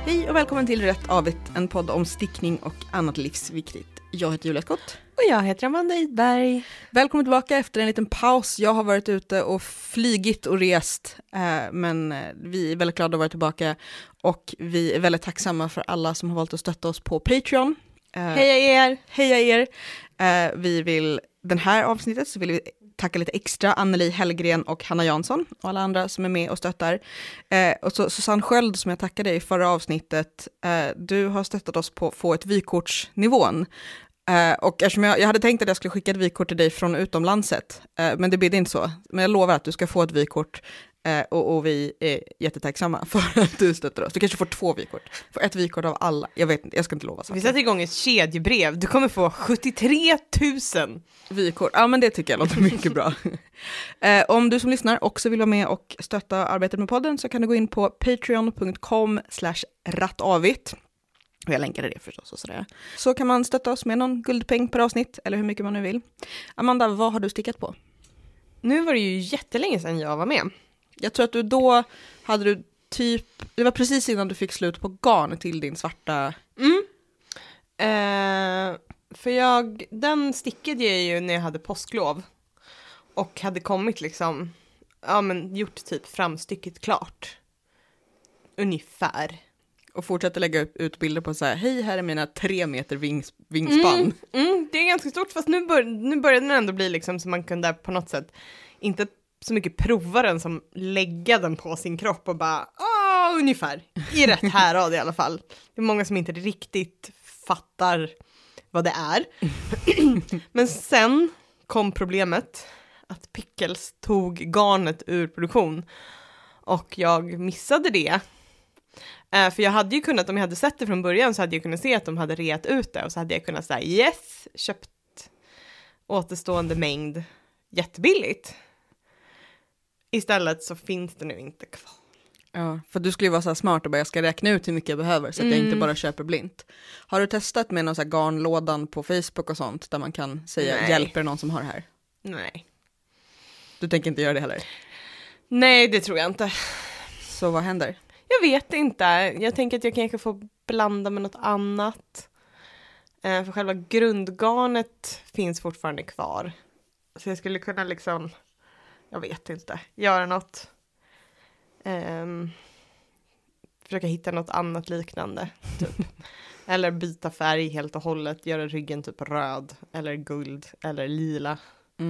Hej och välkommen till Rätt Avigt, en podd om stickning och annat livsviktigt. Jag heter Julia Skott. Och jag heter Amanda Idberg. Välkommen tillbaka efter en liten paus. Jag har varit ute och flygit och rest, men vi är väldigt glada att vara tillbaka. Och vi är väldigt tacksamma för alla som har valt att stötta oss på Patreon. Heja er! Heja er! Vi vill, den här avsnittet så vill vi tacka lite extra Anneli Hellgren och Hanna Jansson och alla andra som är med och stöttar. Och så Susanne Sköld som jag tackade i förra avsnittet. Du har stöttat oss på få ett vykortsnivån. Och eftersom jag hade tänkt att jag skulle skicka ett vykort till dig från utomlandset, men det blir inte så. Men jag lovar att du ska få ett vykort och vi är jättetacksamma för att du stöttar oss. Du kanske får 2 vykort. Får ett vykort av alla. Jag vet inte, jag ska inte lova saker. Vi sätter igång ett kedjebrev. Du kommer få 73 000 vykort. Ja, men det tycker jag låter mycket bra. Om du som lyssnar också vill vara med och stötta arbetet med podden så kan du gå in på patreon.com/rattavigt. Och jag länkade det förstås och sådär. Så kan man stötta oss med någon guldpeng per avsnitt eller hur mycket man nu vill. Amanda, vad har du stickat på? Nu var det ju jättelänge sedan jag var med. Jag tror att du då hade du typ, det var precis innan du fick slut på garn till din svarta. För den stickade jag ju när jag hade påsklov. Och hade kommit liksom, ja men gjort typ framstycket klart. Ungefär. Och fortsätter lägga ut bilder på så här, hej här är mina 3 meter vingspann. Det är ganska stort fast nu började den ändå bli liksom så man kunde på något sätt inte så mycket prova den som lägga den på sin kropp och bara, ungefär, i rätt härad i alla fall. Det är många som inte riktigt fattar vad det är. Men sen kom problemet att Pickles tog garnet ur produktion och jag missade det. För jag hade ju kunnat, om jag hade sett det från början så hade jag kunnat se att de hade reat ut det och så hade jag kunnat säga yes, köpt återstående mängd jättebilligt. Istället så finns det nu inte kvar. Ja, för du skulle ju vara så här smart och bara jag ska räkna ut hur mycket jag behöver så att jag inte bara köper blint. Har du testat med någon så här garnlådan på Facebook och sånt där man kan säga hjälper någon som har det här? Nej. Du tänker inte göra det heller? Nej, det tror jag inte. Så vad händer? Jag vet inte. Jag tänker att jag kanske får blanda med något annat. För själva grundgarnet finns fortfarande kvar. Så jag skulle kunna liksom, jag vet inte, göra något. Försöka hitta något annat liknande. Typ. Eller byta färg helt och hållet. Göra ryggen typ röd. Eller guld. Eller lila.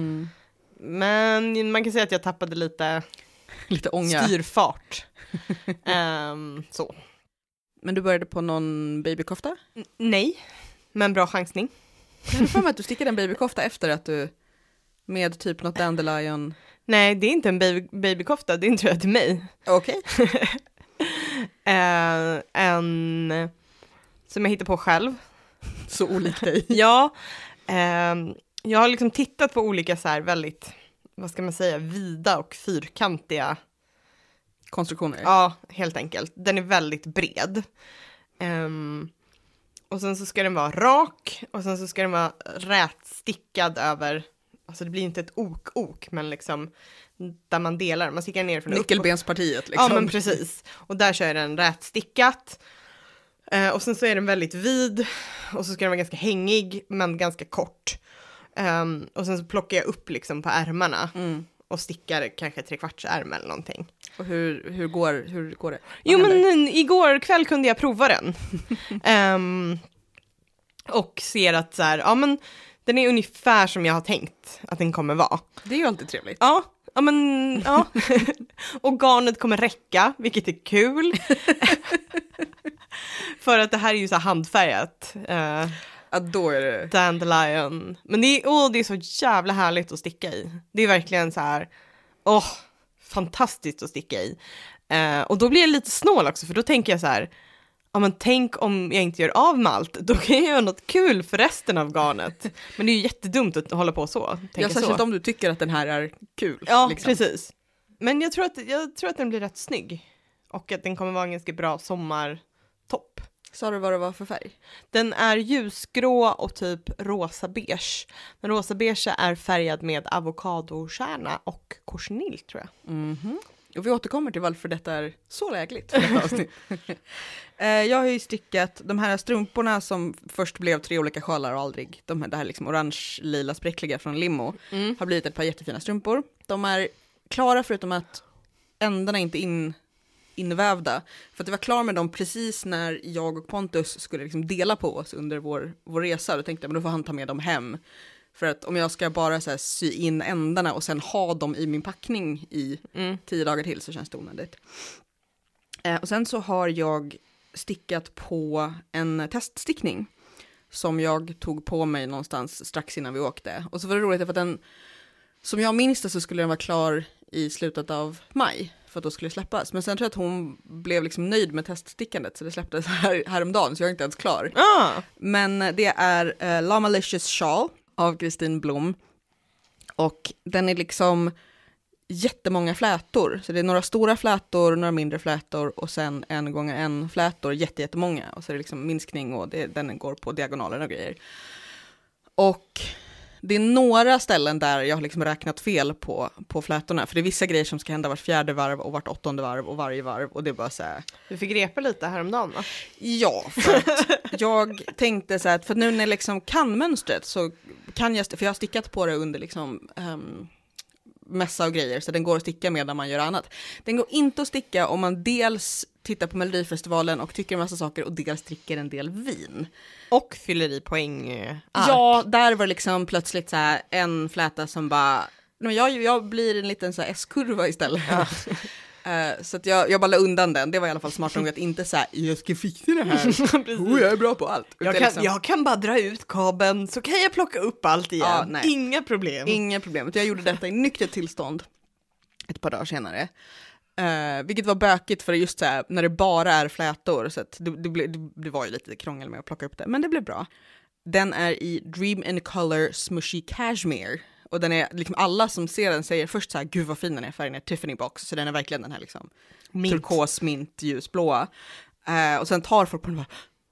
Men man kan säga att jag tappade lite ånga. Styrfart. Så. Men du började på någon babykofta? Nej, men bra chansning. Jag har för mig att du stickade en babykofta efter att du med typ något dandelion. Nej, det är inte en babykofta, det är en tröja till mig. Okej. En som jag hittar på själv. Så olik dig. Ja, jag har liksom tittat på olika så här väldigt, vad ska man säga, vida och fyrkantiga konstruktioner. Ja, helt enkelt. Den är väldigt bred. Och sen så ska den vara rak. Och sen så ska den vara rätstickad över. Alltså det blir inte ett ok, men liksom där man delar. Man stickar ner från nyckelbenspartiet liksom. Ja, men precis. Och där kör den rätstickat. Och sen så är den väldigt vid. Och så ska den vara ganska hängig, men ganska kort. Och sen så plockar jag upp liksom på ärmarna. Och stickar kanske 3/4 ärm eller någonting. Och hur går det? Jo, men igår kväll kunde jag prova den. Och ser att så här, ja men den är ungefär som jag har tänkt att den kommer vara. Det är ju alltid trevligt. Ja. Och garnet kommer räcka, vilket är kul. För att det här är ju så handfärgat. Då är det dandelion. Men det är så jävla härligt att sticka i. Det är verkligen så här, fantastiskt att sticka i. Och då blir jag lite snål också, för då tänker jag så här, ja men tänk om jag inte gör av med allt, då kan jag göra något kul för resten av garnet. Men det är ju jättedumt att hålla på så. Ja, särskilt om du tycker att den här är kul. Ja, liksom. Precis. Men jag tror att den blir rätt snygg. Och att den kommer vara en ganska bra sommartopp. Sa du vad det var för färg? Den är ljusgrå och typ rosa beige. Den rosa beige är färgad med avokadokärna och korsnill, tror jag. Och vi återkommer till varför detta är så lägligt för detta avsnitt. Jag har ju stickat de här strumporna som först blev 3 olika sjalar och aldrig. Det här liksom orange-lila spräckliga från Limo har blivit ett par jättefina strumpor. De är klara förutom att ändarna inte invävda. För att jag var klar med dem precis när jag och Pontus skulle liksom dela på oss under vår resa. Då tänkte jag, men då får han ta med dem hem. För att om jag ska bara så här sy in ändarna och sen ha dem i min packning i 10 dagar till så känns det onödigt. Och sen så har jag stickat på en teststickning som jag tog på mig någonstans strax innan vi åkte. Och så var det roligt för att den, som jag minns det så skulle den vara klar i slutet av maj för att då skulle det släppas. Men sen tror jag att hon blev liksom nöjd med teststickandet så det släpptes häromdagen så jag är inte ens klar. Men det är Lamalicious Shawl av Kristin Blom. Och den är liksom jättemånga flätor. Så det är några stora flätor, några mindre flätor och sen 1x1 flätor, jättemånga. Och så är det liksom minskning och den går på diagonalen och grejer. Och det är några ställen där jag har liksom räknat fel på flätorna. För det är vissa grejer som ska hända vart 4:e varv och vart 8:e varv och varje varv. Och det är bara så här. Du fick repa lite häromdagen va? Ja, för att jag tänkte så här, för att nu när jag liksom kan mönstret så kan jag, för jag har stickat på det under liksom mässa och grejer, så den går att sticka med när man gör annat. Den går inte att sticka om man dels tittar på Melodifestivalen och tycker en massa saker och dels dricker en del vin. Och fyller i poäng. Ja, där var det liksom plötsligt så här en fläta som bara, jag blir en liten så här S-kurva istället. Ja. Så att jag bara la undan den. Det var i alla fall smart nog att inte säga jag ska fixa det här. Jag är bra på allt. Jag kan bara dra ut kabeln så kan jag plocka upp allt igen. Ja, inga problem. Inga problem. Jag gjorde detta i nyktert tillstånd ett par dagar senare. Vilket var bökigt för just så här, när det bara är flätor. Så att det var ju lite krångel med att plocka upp det. Men det blev bra. Den är i Dream in Color Smushy Cashmere. Och den är liksom, alla som ser den säger först så här, gud vad fin den är, färgen är Tiffany box. Så den är verkligen den här liksom turkos, mint, ljusblåa. Och sen tar folk på den bara,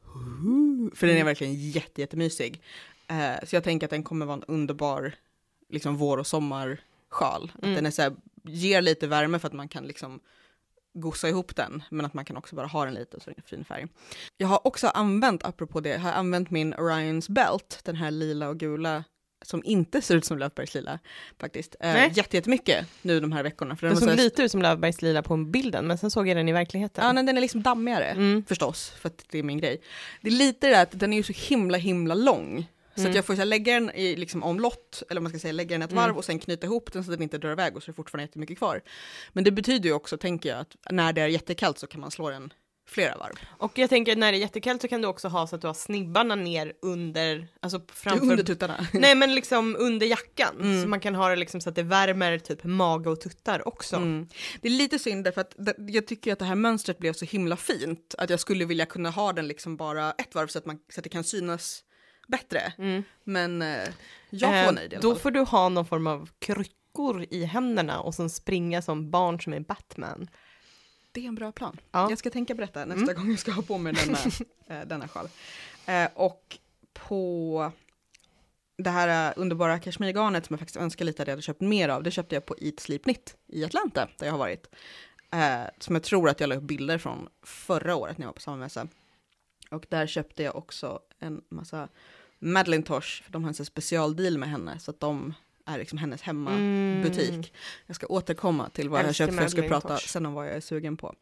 för den är verkligen jättemysig. Så jag tänker att den kommer vara en underbar liksom vår- och sommarsjal. Att den är så här, ger lite värme för att man kan liksom gossa ihop den, men att man kan också bara ha den lite och så är det en fin färg. Jag har också använt, apropå det, har använt min Orions Belt, den här lila och gula som inte ser ut som Löfbergslila faktiskt. Jättemycket nu de här veckorna. För den såg lite ut som Löfbergslila på bilden, men sen såg jag den i verkligheten. Ja, den är liksom dammigare förstås, för att det är min grej. Det är lite det där att den är ju så himla lång. Så att jag får så här, lägga den i liksom omlott, eller man ska säga lägga den ett varv och sen knyta ihop den så att den inte drar iväg och så är det fortfarande jättemycket kvar. Men det betyder ju också, tänker jag, att när det är jättekallt så kan man slå den flera varv. Och jag tänker att när det är jättekallt så kan du också ha så att du har snibbarna ner under, alltså framför under tuttarna. Nej, men liksom under jackan. Så man kan ha det liksom så att det värmer typ mage och tuttar också. Det är lite synd därför att jag tycker att det här mönstret blev så himla fint att jag skulle vilja kunna ha den liksom bara ett varv så att det kan synas bättre. Men jag får nöjd i alla fall. Då får du ha någon form av kryckor i händerna och sen springa som barn som är Batman. Det är en bra plan. Ja. Jag ska tänka på detta nästa gång jag ska ha på mig denna sjal. Och på det här underbara kashmirgarnet som jag faktiskt önskar lite att jag hade köpt mer av, det köpte jag på Eat Sleep Knit i Atlanta där jag har varit. Som jag tror att jag la upp bilder från förra året när jag var på samma mässa. Och där köpte jag också en massa Madeline Tosh, för de har en specialdeal med henne så att de är liksom hennes hemmabutik. Jag ska återkomma till vad jag har köpt för jag ska prata sen om vad jag är sugen på.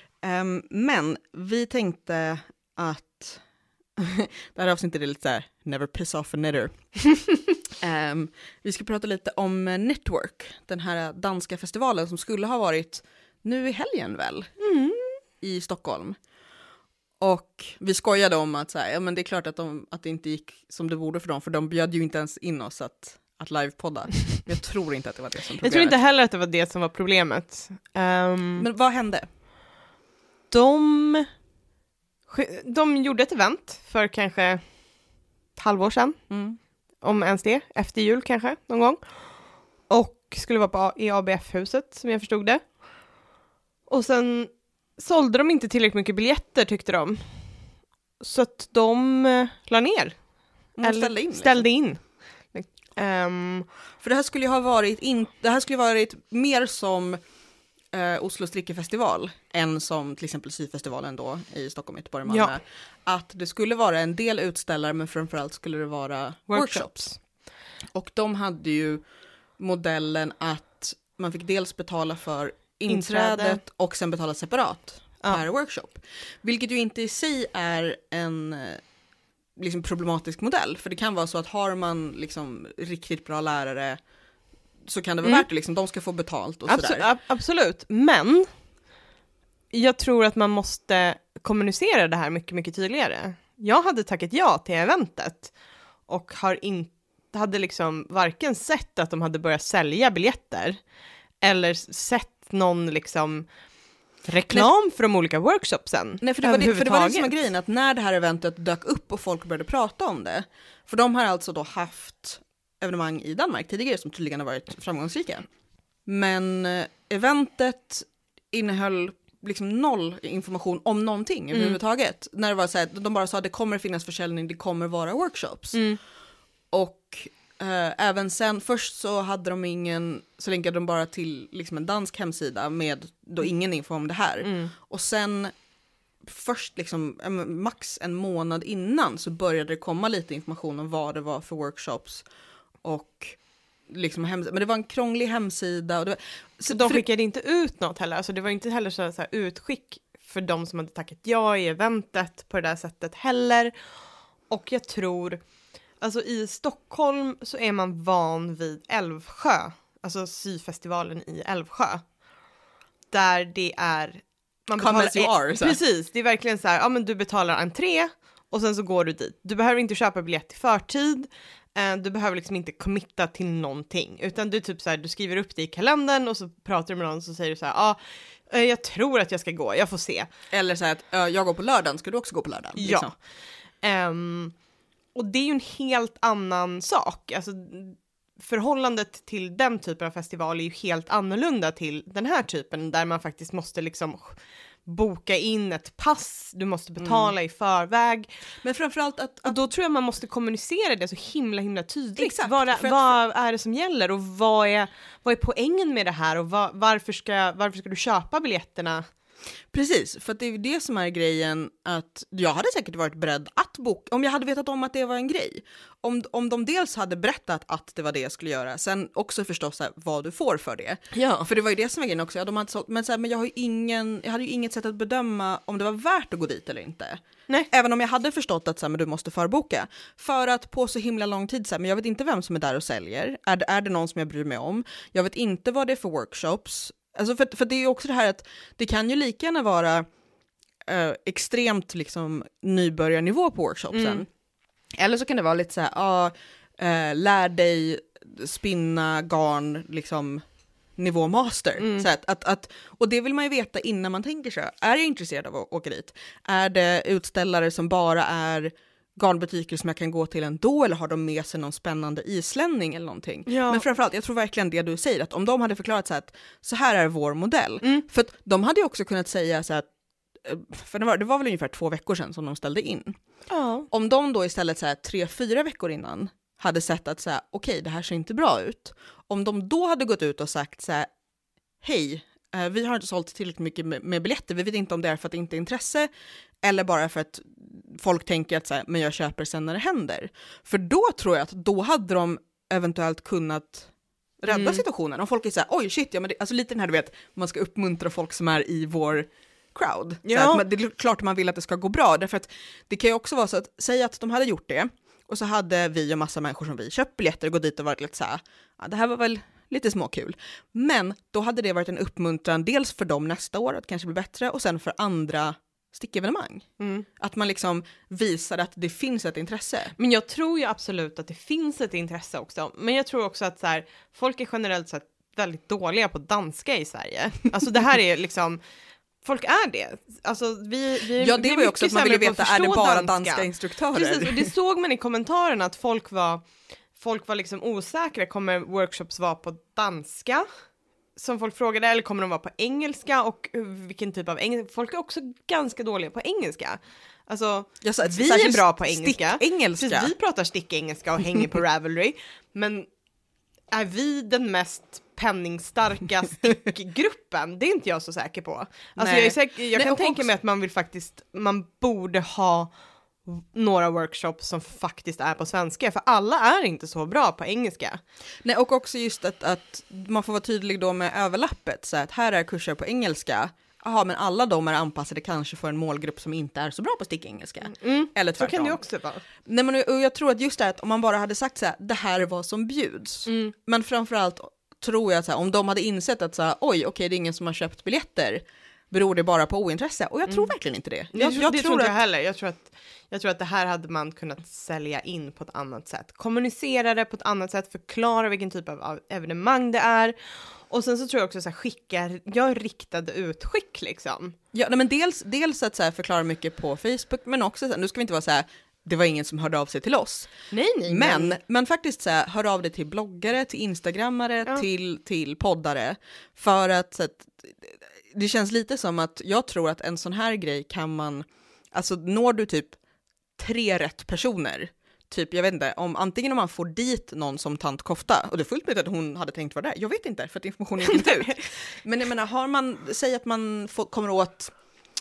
Men vi tänkte att det här avsnittet är lite så här, never piss off a knitter. Vi ska prata lite om Knitwork, den här danska festivalen som skulle ha varit nu i helgen väl? I Stockholm. Och vi skojade om att så här, ja, men det är klart att det inte gick som det borde för dem, för de bjöd ju inte ens in oss att livepodda. Jag tror inte att det var det som problemet. Jag tror inte heller att det var det som var problemet. Men vad hände? De gjorde ett event för kanske ett halvår sedan. Om ens det. Efter jul kanske, någon gång. Och skulle vara i ABF-huset, som jag förstod det. Och sen sålde de inte tillräckligt mycket biljetter, tyckte de. Så att de la ner. Ställde in. För det här skulle ju ha varit mer som Oslo strickefestival än som till exempel syfestivalen då i Stockholm, Göteborg och Malmö. Att det skulle vara en del utställare men framförallt skulle det vara workshops. Och de hade ju modellen att man fick dels betala för inträdet och sen betala separat per workshop. Vilket ju inte i sig är en liksom problematisk modell. För det kan vara så att har man liksom riktigt bra lärare så kan det vara värt det. Liksom, de ska få betalt och sådär. Absolut, men jag tror att man måste kommunicera det här mycket, mycket tydligare. Jag hade tackat ja till eventet och hade liksom varken sett att de hade börjat sälja biljetter eller sett någon liksom reklam för de olika workshopsen. Nej, för det var det som var grejen, att när det här eventet dök upp och folk började prata om det, för de har alltså då haft evenemang i Danmark tidigare som tydligen har varit framgångsrika. Men eventet innehöll liksom noll information om någonting överhuvudtaget. När det var så här, de bara sa att det kommer finnas försäljning, det kommer vara workshops. Och även sen, först så hade de så länkade de bara till liksom en dansk hemsida med då ingen info om det här. Och sen först liksom max en månad innan så började det komma lite information om vad det var för workshops och liksom men det var en krånglig hemsida och så de skickade inte ut något heller, alltså det var inte heller så här utskick för de som hade tackat ja i eventet på det där sättet heller. Och jag tror alltså i Stockholm så är man van vid Älvsjö, alltså syfestivalen i Älvsjö, där det är man betalar, precis, det är verkligen så här, ja men du betalar entré och sen så går du dit. Du behöver inte köpa biljett i förtid. Du behöver liksom inte committa till någonting, utan du typ så här, du skriver upp det i kalendern och så pratar du med någon och så säger du så här, jag tror att jag ska gå, jag får se. Eller så här att jag går på lördagen, ska du också gå på lördagen? Liksom. Ja. Och det är ju en helt annan sak. Alltså förhållandet till den typen av festival är ju helt annorlunda till den här typen där man faktiskt måste liksom boka in ett pass, du måste betala i förväg. Men framförallt och då tror jag man måste kommunicera det så himla tydligt. Exakt, vad är det som gäller och vad är poängen med det här och varför ska du köpa biljetterna? Precis, för att det är det som är grejen, att jag hade säkert varit beredd att boka om jag hade vetat om att det var en grej. Om de dels hade berättat att det var det jag skulle göra, sen också förstås här, vad du får för det. Ja. För det var ju det som var grejen också. Ja, de hade sålt, men jag hade ju inget sätt att bedöma om det var värt att gå dit eller inte. Nej. Även om jag hade förstått att men du måste förboka. För att på så himla lång tid, men jag vet inte vem som är där och säljer. Är det någon som jag bryr mig om? Jag vet inte vad det är för workshops. Alltså för det är ju också det här att det kan ju lika gärna vara extremt liksom nybörjarnivå på workshopsen. Eller så kan det vara lite så här, lär dig spinna garn liksom nivå master. Så och det vill man ju veta innan man tänker så. Är jag intresserad av att åka dit? Är det utställare som bara är garnbutiker som jag kan gå till ändå, eller har de med sig någon spännande islänning eller någonting? Ja. Men framförallt, jag tror verkligen det du säger, att om de hade förklarat så att så här är vår modell, för att de hade ju också kunnat säga så att, för det var väl ungefär 2 veckor sedan som de ställde in. Ja. Om de då istället så här 3-4 veckor innan hade sett att så här, okej, det här ser inte bra ut. Om de då hade gått ut och sagt så här, hej, vi har inte sålt tillräckligt mycket med biljetter, vi vet inte om det är för att det inte är intresse eller bara för att folk tänker att så här, men jag köper sen när det händer. För då tror jag att då hade de eventuellt kunnat rädda situationen. Om folk är så här, oj shit, ja, men alltså lite den här, du vet, man ska uppmuntra folk som är i vår crowd. Ja. Så att det är klart man vill att det ska gå bra, därför att det kan ju också vara så att, säga att de hade gjort det och så hade vi och massa människor som vi köpt biljetter och gått dit och varit lite så här, ja, det här var väl lite småkul. Men då hade det varit en uppmuntran dels för dem nästa år att kanske bli bättre och sen för andra stickevenemang. Att man liksom visar att det finns ett intresse. Men jag tror ju absolut att det finns ett intresse också. Men jag tror också att så här, folk är generellt sett väldigt dåliga på danska i Sverige. Alltså det här är liksom, folk är det. Alltså ja, det var ju också att man ville veta, är det bara danska instruktörer? Precis, och det såg man i kommentarerna att folk var liksom osäkra. Kommer workshops vara på danska? Som folk frågade, eller kommer de vara på engelska, och vilken typ av engelska? Folk är också ganska dåliga på engelska. Alltså, vi är bra på engelska. Vi pratar stickengelska och hänger på Ravelry. Men är vi den mest penningstarka stickgruppen, det är inte jag så säker på. Alltså Nej. jag kan tänka mig att man borde ha några workshops som faktiskt är på svenska, för alla är inte så bra på engelska. Nej, och också just att man får vara tydlig då med överlappet, så att här är kurser på engelska. Jaha, men alla de är anpassade kanske för en målgrupp som inte är så bra på stickengelska. Eller tvärtom. Så kan det också vara. Nej, men och jag tror att just det här, att om man bara hade sagt så här, det här är vad som bjuds. Men framförallt tror jag att så här, om de hade insett att så här, oj, okej, det är ingen som har köpt biljetter, beror det bara på ointresse? Och jag tror verkligen inte det. Jag tror inte jag heller. Jag tror att det här hade man kunnat sälja in på ett annat sätt. Kommunicera det på ett annat sätt, förklara vilken typ av evenemang det är. Och sen så tror jag också så här, gör riktade utskick liksom. Ja, nej, men dels att så här, förklara mycket på Facebook, men också så här, nu ska vi inte vara så här, det var ingen som hörde av sig till oss. Nej. Men faktiskt så här, hör av dig till bloggare, till instagrammare, till poddare. För att, så att det känns lite som att jag tror att en sån här grej kan man, alltså når du typ 3 rätt personer, typ jag vet inte, antingen om man får dit någon som tant Kofta, och det är fullt med att hon hade tänkt vara där, jag vet inte, för att informationen gick inte ut. Men jag menar, säg att man kommer åt,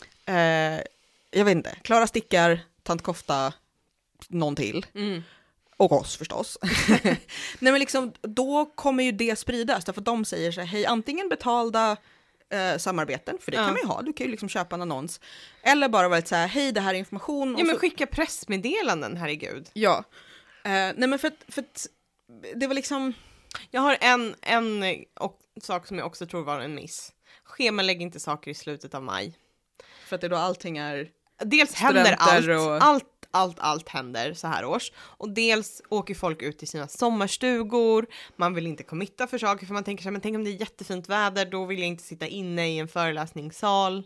jag vet inte, Klara Stickar, tant Kofta, någon till. Och oss förstås. Nej, men liksom, då kommer ju det spridas, därför att de säger så här, hej, antingen betalda samarbeten, för det kan man ju ha, du kan ju liksom köpa en annons, eller bara vara så här, hej, det här är information. Ja, men skicka pressmeddelanden, herregud. Ja. Nej, men för att det var liksom... Jag har en sak som jag också tror var en miss. Schemalägg inte saker i slutet av maj. För att det är då allting är... Dels händer allt händer så här års. Och dels åker folk ut till sina sommarstugor. Man vill inte committa för saker, för man tänker så här, men tänk om det är jättefint väder, då vill jag inte sitta inne i en föreläsningssal.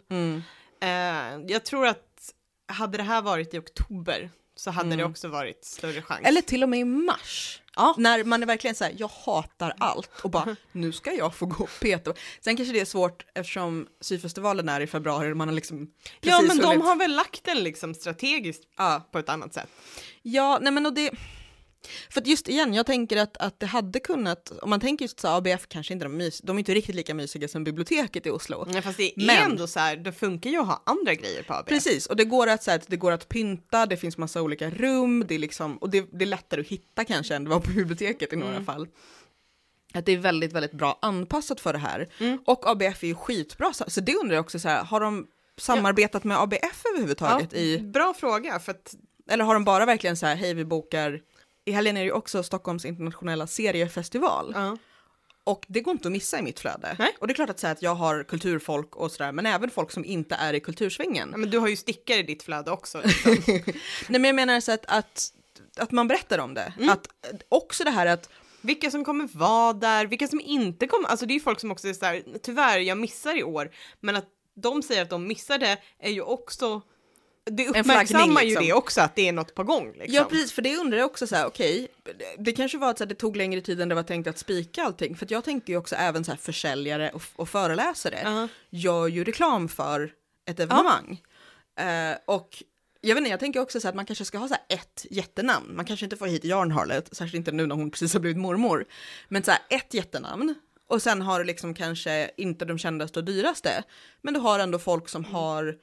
Jag tror att hade det här varit i oktober så hade det också varit större chans. Eller till och med i mars. Ja. När man är verkligen så här, jag hatar allt och bara, nu ska jag få gå och peta. Sen kanske det är svårt eftersom syfestivalen är i februari och man har liksom ja, men de har väl lagt den liksom strategiskt på ett annat sätt. Ja, nej men och det... För att just igen, jag tänker att det hade kunnat, om man tänker just så här, ABF kanske inte de är inte riktigt lika mysiga som biblioteket i Oslo. Nej, fast det är ändå så här, det funkar ju att ha andra grejer på ABF. Precis, och det går att, så här, det går att pynta, det finns massa olika rum, det är liksom, och det är lättare att hitta kanske än det var på biblioteket i några fall. Att det är väldigt, väldigt bra anpassat för det här. Och ABF är ju skitbra, så det undrar jag också så här, har de samarbetat med ABF överhuvudtaget? Bra fråga, för att... Eller har de bara verkligen så här, hej, vi bokar... I helgen är det ju också Stockholms internationella seriefestival. Och det går inte att missa i mitt flöde. Nej. Och det är klart att säga att jag har kulturfolk och sådär, men även folk som inte är i kultursvängen. Ja, men du har ju stickare i ditt flöde också. Liksom. Nej, men jag menar så att man berättar om det. Att också det här att... Vilka som kommer vara där, vilka som inte kommer... Alltså det är ju folk som också är så här, tyvärr, jag missar i år. Men att de säger att de missar det är ju också... Det uppmärksammar ju liksom. Det också, att det är något på gång. Liksom. Ja, precis, för det undrar jag också så här, okej, det kanske var att så här, det tog längre tid än det var tänkt att spika allting. För att jag tänker ju också även så här, försäljare och föreläsare gör ju reklam för ett evenemang. Och jag vet inte, jag tänker också så här, att man kanske ska ha så här, ett jättenamn. Man kanske inte får hit Yarn Harlot, särskilt inte nu när hon precis har blivit mormor. Men så här, ett jättenamn. Och sen har du liksom kanske inte de kändaste och dyraste. Men du har ändå folk som har...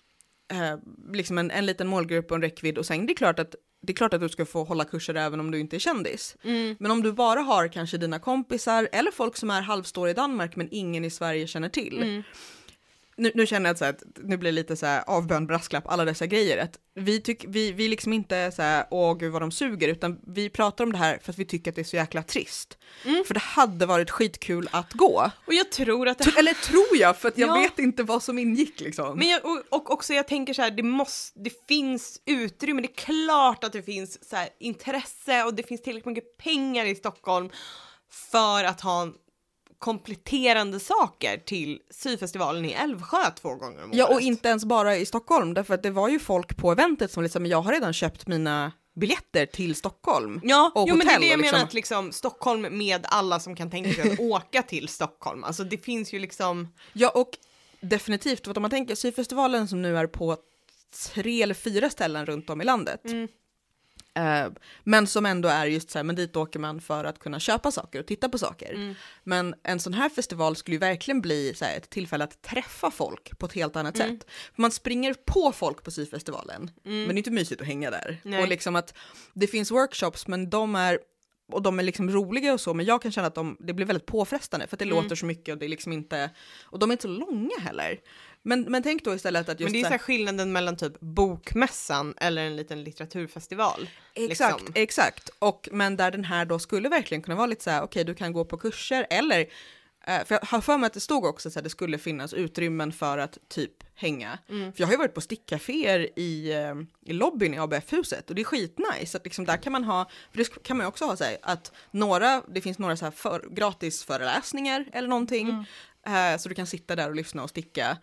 liksom en liten målgrupp och en räckvidd, och sen det är klart att du ska få hålla kurser även om du inte är kändis. Men om du bara har kanske dina kompisar eller folk som är halvstora i Danmark men ingen i Sverige känner till. Nu känner jag att nu blir det lite så här avbön, brasklapp, alla dessa grejer. Att vi liksom inte så här, åh gud vad de suger, utan vi pratar om det här för att vi tycker att det är så jäkla trist. För det hade varit skitkul att gå. Och jag tror att eller tror jag, för att jag vet inte vad som ingick liksom. Men och också jag tänker så här, det finns utrymme, det är klart att det finns så här intresse och det finns tillräckligt mycket pengar i Stockholm för att ha kompletterande saker till syfestivalen i Älvsjö 2 gånger om året. Ja, och inte ens bara i Stockholm, därför att det var ju folk på eventet som liksom, jag har redan köpt mina biljetter till Stockholm. Ja, och jo, men det är det jag liksom... menar, att liksom Stockholm med alla som kan tänka sig att åka till Stockholm. Alltså det finns ju liksom... Ja, och definitivt, om man tänker syfestivalen som nu är på 3 eller 4 ställen runt om i landet. Men som ändå är just så här, men dit åker man för att kunna köpa saker och titta på saker. Men en sån här festival skulle ju verkligen bli så här, ett tillfälle att träffa folk på ett helt annat sätt. Man springer på folk på syfestivalen, men det är inte mysigt att hänga där. Nej. Och liksom att det finns workshops, men de är liksom roliga och så, men jag kan känna att det blir väldigt påfrestande för att det låter så mycket och det är liksom inte, och de är inte så långa heller. Men tänk då istället att just... Men det är så här skillnaden mellan typ bokmässan eller en liten litteraturfestival. Exakt, liksom. exakt. Men där den här då skulle verkligen kunna vara lite så här, okej, du kan gå på kurser eller, för jag har för mig att det stod också så här, det skulle finnas utrymmen för att typ hänga. För jag har ju varit på stickcaféer i lobbyn i ABF-huset och det är skitnice att liksom där kan man ha, för det kan man ju också ha så här, att det finns några så här gratis föreläsningar eller någonting, så du kan sitta där och lyssna och sticka.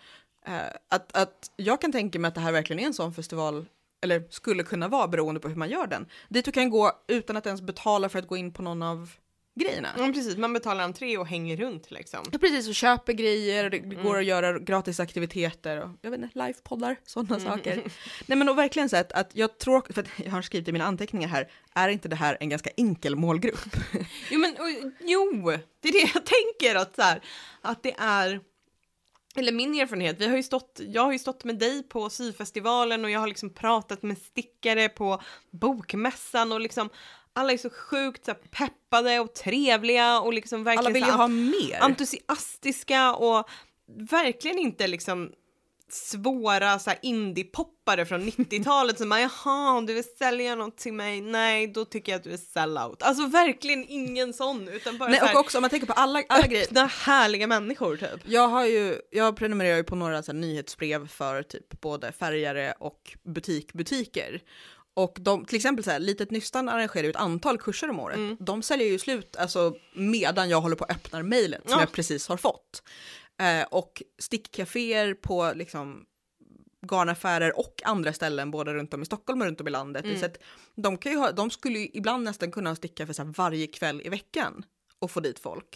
Att jag kan tänka mig att det här verkligen är en sån festival, eller skulle kunna vara beroende på hur man gör den. Dit du kan gå utan att ens betala för att gå in på någon av grejerna. Ja, precis. Man betalar entré och hänger runt liksom. Ja, precis, och köper grejer och det går att göra gratis aktiviteter och jag vet inte, livepoddar, sådana saker. Nej men och verkligen så att jag tror, för att jag har skrivit i mina anteckningar här, är inte det här en ganska enkel målgrupp? Jo, det är det jag tänker att så här, att det är, eller min erfarenhet, jag har ju stått med dig på syfestivalen och jag har liksom pratat med stickare på bokmässan och liksom alla är så sjukt så här, peppade och trevliga och liksom verkligen alla vill ju ha mer. Entusiastiska och verkligen inte liksom svåra så här indie-poppare från 90-talet som bara, jaha, du vill sälja något till mig? Nej, då tycker jag att du är sellout. Alltså verkligen ingen sån, utan bara nej, så här, och också om man tänker på alla grejer. öppna, härliga människor typ. Jag prenumererar ju på några så här, nyhetsbrev för typ både färgare och butiker. Och de, till exempel så här, Litet Nystan arrangerar ju ett antal kurser om året. De säljer ju slut alltså medan jag håller på att öppna mejlet som jag precis har fått. Och stickcaféer på liksom garnaffärer och andra ställen både runt om i Stockholm och runt om i landet. Så att de skulle ju ibland nästan kunna sticka för så här, varje kväll i veckan och få dit folk.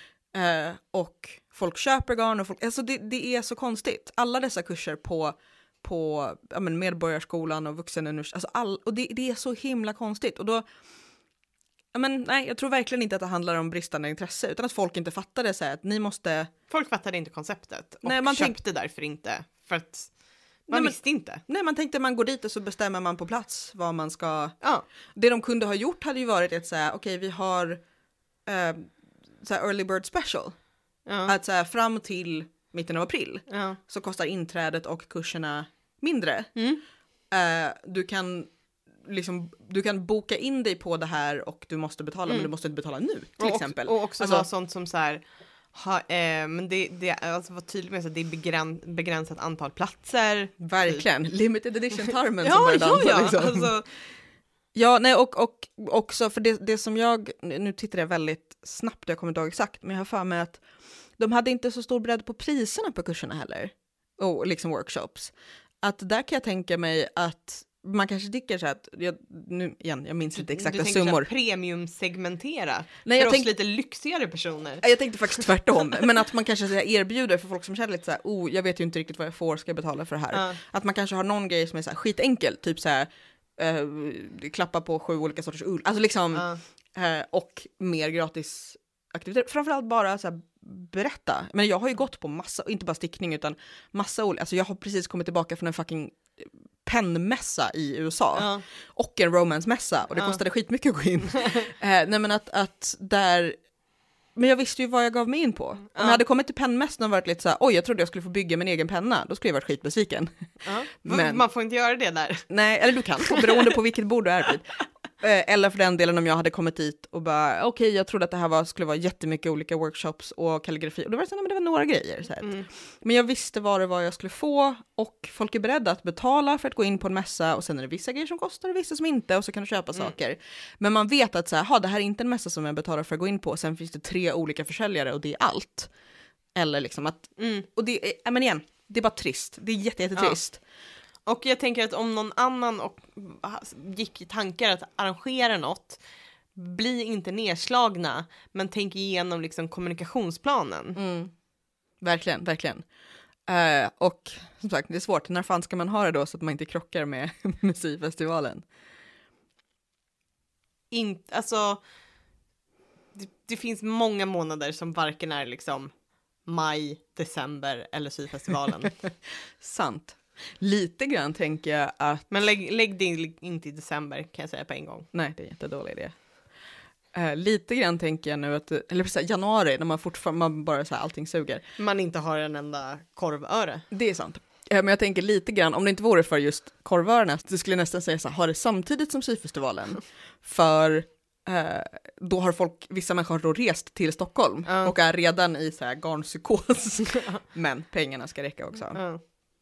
Och folk köper garn och alltså det är så konstigt. Alla dessa kurser på Medborgarskolan och vuxenuniversitet, alltså och det är så himla konstigt. Och då, nej, jag tror verkligen inte att det handlar om bristande intresse, utan att folk inte fattade så här, att ni måste... Folk fattade inte konceptet och man köpte därför inte, för att man visste inte. Nej, man tänkte man går dit och så bestämmer man på plats vad man ska... Ja. Det de kunde ha gjort hade ju varit att säga, okej, vi har så här early bird special. Ja. Att så här, fram till mitten av april så kostar inträdet och kurserna mindre. Du kan boka in dig på det här och du måste betala, men du måste inte betala nu, till exempel. Och också alltså, vara sånt som så här, men det alltså var tydligt med så att det är begränsat antal platser. Verkligen, limited edition tarmen ja, som ja, liksom. alltså. Ja, nej, och också för det som nu tittar jag väldigt snabbt, jag kommer inte ihåg exakt, men jag har för mig att de hade inte så stor bredd på priserna på kurserna heller, och liksom workshops. Att där kan jag tänka mig att man kanske tycker så att, jag minns inte exakta du summor. Du premium-segmentera Nej, för oss lite lyxigare personer. Jag tänkte faktiskt tvärtom, men att man kanske så här, erbjuder för folk som känner lite så här, jag vet ju inte riktigt vad jag får, ska jag betala för det här. Att man kanske har någon grej som är så här skitenkel, typ så här, klappa på 7 olika sorters ull, alltså liksom, och mer gratis aktiviteter, framförallt bara så här, berätta. Men jag har ju gått på massa, inte bara stickning utan massa olika, alltså jag har precis kommit tillbaka från en fucking pennmässa i USA och en romance-mässa och det kostade skitmycket att gå in. Nej, men att där, men jag visste ju vad jag gav mig in på. Om jag hade kommit till pennmässan och varit lite så här, jag trodde jag skulle få bygga min egen penna, då skulle jag varit skitbesviken. Men man får inte göra det där. Nej, eller du kan, beroende på vilket bord du är vid. Eller för den delen om jag hade kommit dit och bara, okej, jag trodde att det här skulle vara jättemycket olika workshops och kalligrafi. Och det var så här, men det var några grejer. Så här. Men jag visste vad det var jag skulle få och folk är beredda att betala för att gå in på en mässa och sen är det vissa grejer som kostar och vissa som inte och så kan du köpa saker. Men man vet att så här, det här är inte en mässa som jag betalar för att gå in på och sen finns det 3 olika försäljare och det är allt. Eller liksom att, och det är, men igen, det är bara trist. Det är jättetrist. Och jag tänker att om någon annan gick i tankar att arrangera något, bli inte nedslagna, men tänk igenom liksom kommunikationsplanen. Verkligen, verkligen. Och som sagt, det är svårt. När fan ska man ha det då så att man inte krockar med musikfestivalen? alltså det finns många månader som varken är liksom maj, december eller syfestivalen. Sant. Lite grann tänker jag att... Men lägg det inte i december kan jag säga på en gång. Nej, det är jättedålig idé. Lite grann tänker jag nu att, eller så här, januari när man bara så här, allting suger. Man inte har en enda korvöre. Det är sant. Men jag tänker lite grann, om det inte vore för just korvörerna, så skulle jag nästan säga så här, har det samtidigt som syfestivalen. För då har vissa människor då rest till Stockholm och är redan i så här garnpsykos. Men pengarna ska räcka också.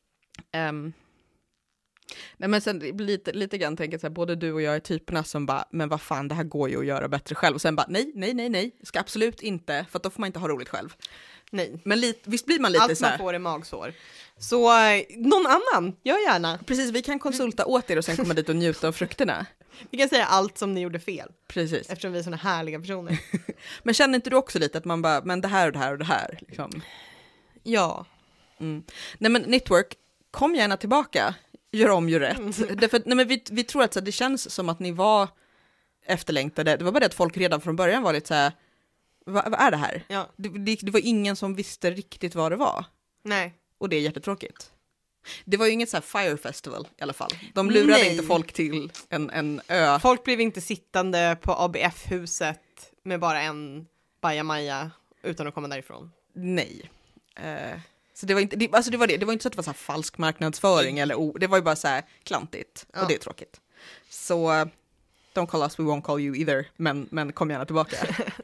Nej, men sen lite grann tänker jag så här, både du och jag är typerna som bara, men vad fan, det här går ju att göra bättre själv. Och sen bara, nej, ska absolut inte, för att då får man inte ha roligt själv. Nej. Men visst blir man lite allt så här. Allt man får är magsår. Så någon annan, gör gärna. Precis, vi kan konsulta åt er och sen komma dit och njuta av frukterna. Vi kan säga allt som ni gjorde fel. Precis. Eftersom vi är såna härliga personer. Men känner inte du också lite att man bara, men det här och det här och det här? Liksom. Ja. Nej men Knitwork, kom gärna tillbaka. Gör om, gör rätt. Därför, nej, men vi tror att så, det känns som att ni var efterlängtade. Det var bara det att folk redan från början var lite så här, vad är det här? Ja. Det var ingen som visste riktigt vad det var. Nej. Och det är jättetråkigt. Det var ju inget så här Fire Festival i alla fall. De lurade inte folk till en ö. Folk blev inte sittande på ABF-huset med bara en bajamaja utan att komma därifrån. Nej. Så det var inte, det var inte så att det var så här falsk marknadsföring eller det var ju bara så här klantigt och det är tråkigt. Så don't call us, we won't call you either, men kom gärna tillbaka.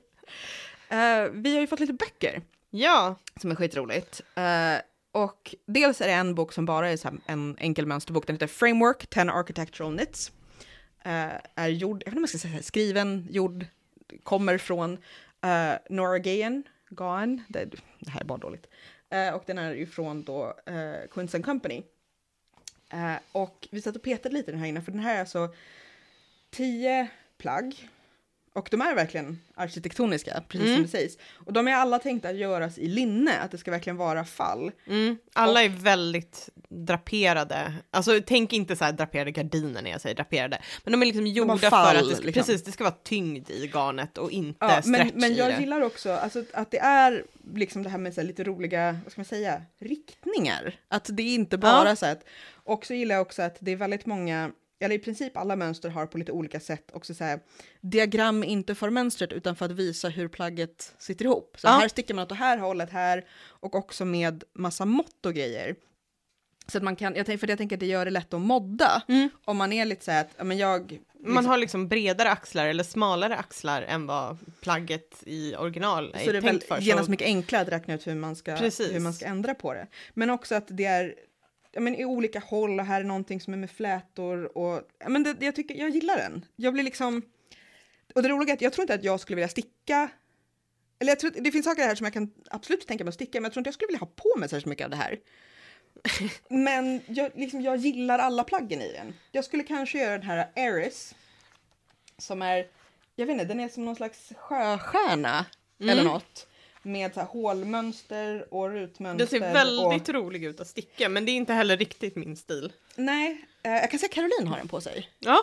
Vi har ju fått lite böcker. Ja. Som är skitroligt. Och dels är det en bok som bara är så här en enkel mönsterbok. Den heter Framework, 10 Architectural Knits. Är gjord, jag vet inte om jag ska säga skriven, gjord, kommer från Nora Gahan. Det här är bara dåligt. Och den är ju från då Quince & Company. Och vi satt och petade lite den här innan, för den här är alltså 10 plagg. Och de är verkligen arkitektoniska, precis som det sägs. Och de är alla tänkta att göras i linne, att det ska verkligen vara fall. Alla är väldigt draperade. Alltså tänk inte så här draperade gardiner när jag säger draperade. Men de är liksom gjorda fall, för att liksom. Precis, det ska vara tyngd i garnet och inte stretch men i jag det. gillar också alltså, att det är liksom det här med så här, lite roliga, vad ska man säga, riktningar. Att det är inte bara så att, och så gillar jag också att det är väldigt många, eller i princip alla mönster har på lite olika sätt också så här, diagram inte för mönstret utan för att visa hur plagget sitter ihop. Så här sticker man åt det här hållet här och också med massa mått och grejer. Så att man kan, jag tänker att det gör det lätt att modda om man är lite så här att, ja, men man har liksom bredare axlar eller smalare axlar än vad plagget i original är så det är tänkt för. Genast mycket enklare att räkna ut hur man ska ändra på det. Men också att det är i olika håll och här är någonting som är med flätor och jag gillar den. Jag blir liksom, och det roliga är att jag tror inte att jag skulle vilja sticka, eller jag tror det finns saker här som jag kan absolut tänka mig att sticka, men jag tror inte jag skulle vilja ha på mig så mycket av det här. Men jag gillar alla plaggen i den. Jag skulle kanske göra den här Eris som är, jag vet inte, den är som någon slags sjöstjärna eller något. Med så här hålmönster och rutmönster. Det ser väldigt rolig ut att sticka, men det är inte heller riktigt min stil. Nej, jag kan säga Caroline har den på sig. Ja.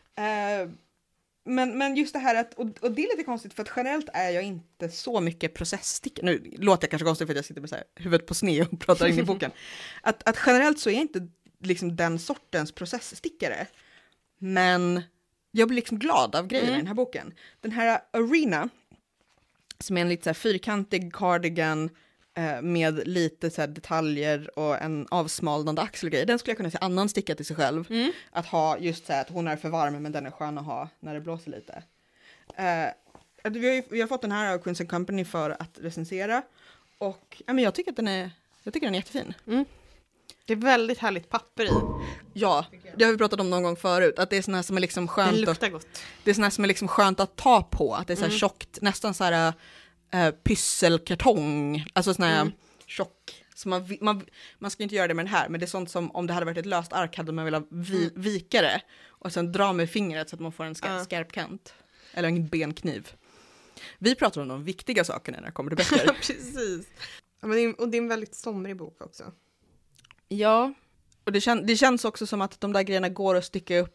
Men just det här att, och det är lite konstigt för att generellt är jag inte så mycket processsticka. Nu låter jag kanske konstigt för att jag sitter med så här huvudet på sned och pratar in i boken. Att generellt så är jag inte liksom den sortens processstickare. Men jag blir liksom glad av grejen i den här boken. Den här Arena, som är en lite så här fyrkantig cardigan med lite så här detaljer och en avsmalnande axelgrej. Den skulle jag kunna se annan sticka till sig själv. Att ha just så här att hon är för varm men den är skön att ha när det blåser lite. Vi har fått den här av Quince & Company för att recensera. Och jag tycker att den är jättefin. Det är väldigt härligt papper i. Ja, det har vi pratat om någon gång förut. Att det är såna här som är liksom skönt. Det luktar gott. Det är såna här som är liksom skönt att ta på. Att det är så här tjockt, nästan så här pysselkartong. Alltså sån här tjock. Så man ska inte göra det med den här. Men det är sånt som om det hade varit ett löst ark hade man velat vika det. Och sen dra med fingret så att man får en skarp kant. Eller en benkniv. Vi pratar om de viktiga sakerna när det kommer till böcker. Precis. Och det är en väldigt somrig bok också. Ja, och det känns också som att de där grejerna går att sticka upp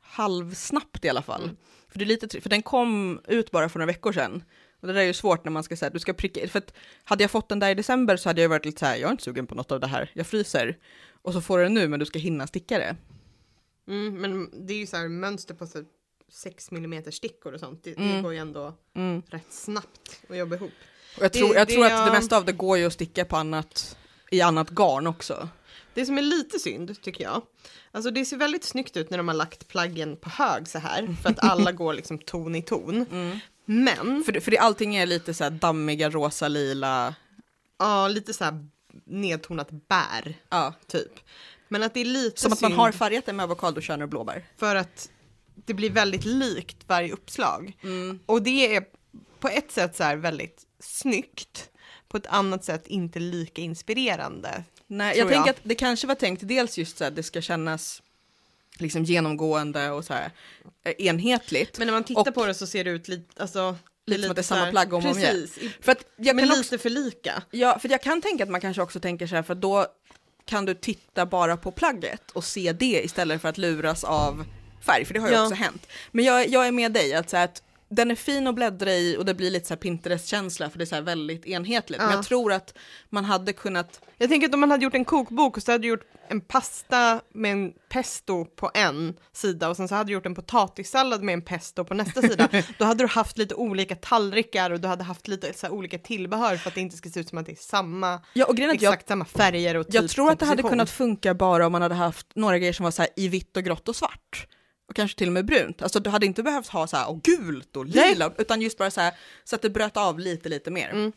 halvsnabbt i alla fall. För det är lite för den kom ut bara för några veckor sedan. Och det där är ju svårt när man ska säga du ska pricka, för att hade jag fått den där i december så hade jag varit lite så här, jag är inte sugen på något av det här, jag fryser. Och så får du den nu, men du ska hinna sticka det. Men det är ju så här mönster på så 6 mm stickor och sånt. Det går ju ändå rätt snabbt att jobba ihop. Och jag tror att det mesta av det går ju att sticka på i annat garn också. Det som är lite synd tycker jag, alltså det ser väldigt snyggt ut när de har lagt plaggen på hög så här, för att alla går liksom ton i ton. Men för det, allting är lite så här dammiga, rosa, lila. Ja, lite så här nedtonat bär typ. Men att det är lite som att man har färgat det med avokadokärnor och blåbär. För att det blir väldigt likt varje uppslag. Och det är på ett sätt så här väldigt snyggt, på ett annat sätt inte lika inspirerande. Nej, jag tänker att det kanske var tänkt dels just så att det ska kännas liksom genomgående och så här enhetligt. Men när man tittar på det så ser det ut lite, alltså lite som att det är samma plagg om och igen. För att men lite också, för lika. Ja, för jag kan tänka att man kanske också tänker så här, för då kan du titta bara på plagget och se det istället för att luras av färg, för det har ju också hänt. Men jag är med dig att, så här, att den är fin att bläddra i och det blir lite så här Pinterest-känsla för det är så här väldigt enhetligt. Men jag tror att man hade kunnat... Jag tänker att om man hade gjort en kokbok och så hade du gjort en pasta med en pesto på en sida och sen så hade du gjort en potatissallad med en pesto på nästa sida. Då hade du haft lite olika tallrikar och du hade haft lite så här olika tillbehör för att det inte ska se ut som att det är samma, exakt samma färger och typ. Jag tror att det hade kunnat funka bara om man hade haft några grejer som var så här i vitt och grått och svart. Och kanske till och med brunt. Alltså du hade inte behövt ha så här gult och lila, utan just bara så här så att det bröt av lite mer.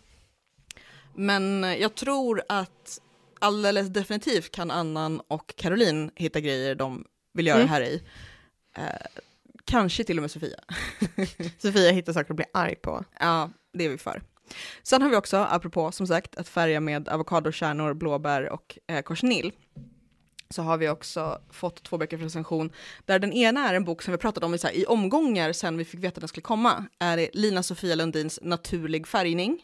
Men jag tror att alldeles definitivt kan Annan och Caroline hitta grejer de vill göra här i. Kanske till och med Sofia. Sofia hittar saker att bli arg på. Ja, det är vi för. Sen har vi också, apropå som sagt, att färga med avokadokärnor, blåbär och korsnill. Så har vi också fått 2 böcker för recension, där den ena är en bok som vi pratade om i omgångar sen vi fick veta att den skulle komma. Är det Lina Sofia Lundins Naturlig färgning.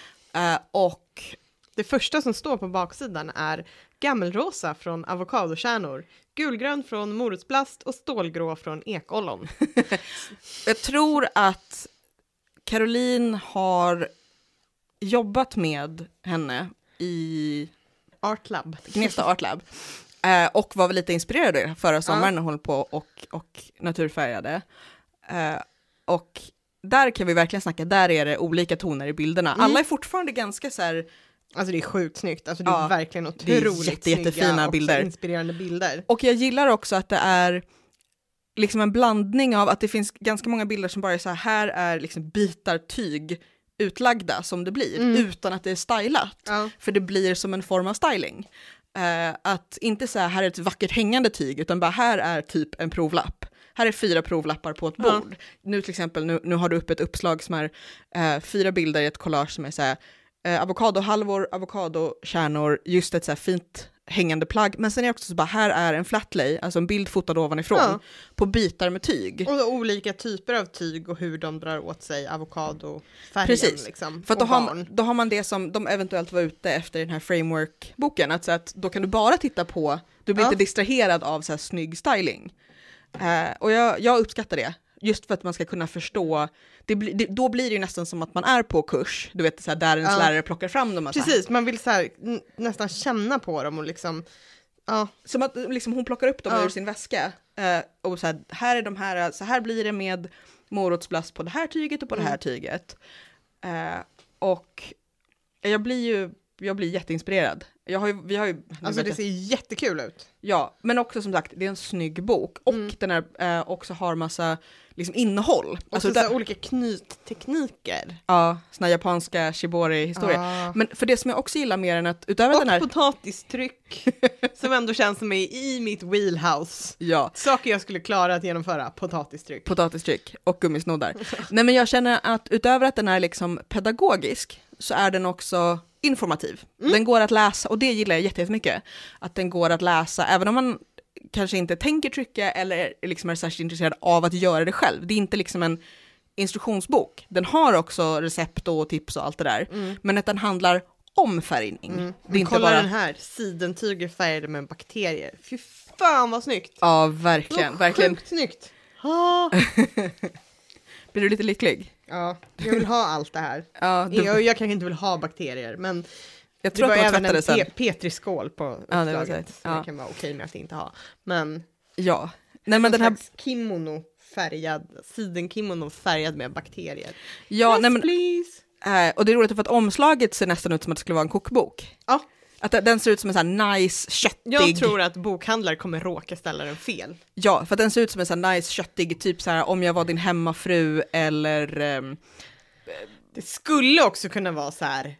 Och det första som står på baksidan är gammelrosa från avokadokärnor, gulgrön från morotsplast och stålgrå från ekollon. Jag tror att Caroline har jobbat med henne i Gnesta Artlab. Och var väl lite inspirerad förra sommaren när hon höll på och naturfärgade. Och där kan vi verkligen snacka, där är det olika toner i bilderna. Alla är fortfarande ganska så här... Alltså det är sjukt snyggt, alltså det är verkligen otroligt jättefina bilder. Inspirerande bilder. Och jag gillar också att det är liksom en blandning av att det finns ganska många bilder som bara är så här är liksom bitar tyg utlagda som det blir, utan att det är stylat. För det blir som en form av styling. Att inte så här är ett vackert hängande tyg, utan bara här är typ en provlapp. Här är 4 provlappar på ett bord. Nu till exempel, nu har du upp ett uppslag som är 4 bilder i ett collage som är så här avokadohalvor, avokadokärnor, just ett så här fint hängande plagg. Men sen är det också så bara, här är en flatlay, alltså en bild fotad ovanifrån på bitar med tyg. Och olika typer av tyg och hur de drar åt sig avokadofärgen. Precis, liksom, för att då har man det som de eventuellt var ute efter i den här framework-boken. Att, så att då kan du bara titta på, du blir inte distraherad av så här snygg styling. Och jag uppskattar det. Just för att man ska kunna förstå, då blir det ju nästan som att man är på kurs, du vet så här, där ens lärare plockar fram dem. Precis, man vill så här, nästan känna på dem och liksom, som att liksom, hon plockar upp dem ur sin väska och så här är de här, så här blir det med morotsplast på det här tyget och på det här tyget. Och jag blir jätteinspirerad. Vi har ju alltså det ser jättekul ut. Ja, men också som sagt, det är en snygg bok. Och den är också har massa liksom innehåll. Alltså så olika knyttekniker. Ja, såna japanska shibori-historier. Men för det som jag också gillar mer än att utöver och den här... potatistryck som ändå känns som är i mitt wheelhouse. Ja. Saker jag skulle klara att genomföra, potatistryck och gummisnoddar. Nej, men jag känner att utöver att den är liksom pedagogisk så är den också informativ. Den går att läsa, och det gillar jag jättemycket. Att den går att läsa, även om man kanske inte tänker trycka eller liksom är särskilt intresserad av att göra det själv. Det är inte liksom en instruktionsbok. Den har också recept och tips och allt det där. Men att den handlar om färgning. Det är inte kolla bara... den här, sidentyger färgade med bakterier. Fy fan vad snyggt! Ja, verkligen. Sjukt snyggt! Blir du lite lycklig? Ja, jag vill ha allt det här. Ja, Jag kanske inte vill ha bakterier, men jag det tror var att de även tvättade en sen. Petri-skål på Ja, det var uppslaget. säkert. Så det kan vara okej med att inte ha. Men Ja. Nej, men den här... kimono färgad, sidenkimono färgad med bakterier. Ja, Yes, nej, men... please! Och det är roligt för att omslaget ser nästan ut som att det skulle vara en kokbok. Ja. Att den ser ut som en sån här nice, köttig... Jag tror att bokhandlare kommer råka ställa den fel. Ja, för att den ser ut som en sån här nice, köttig, typ så här om jag var din hemmafru eller... Det skulle också kunna vara så här,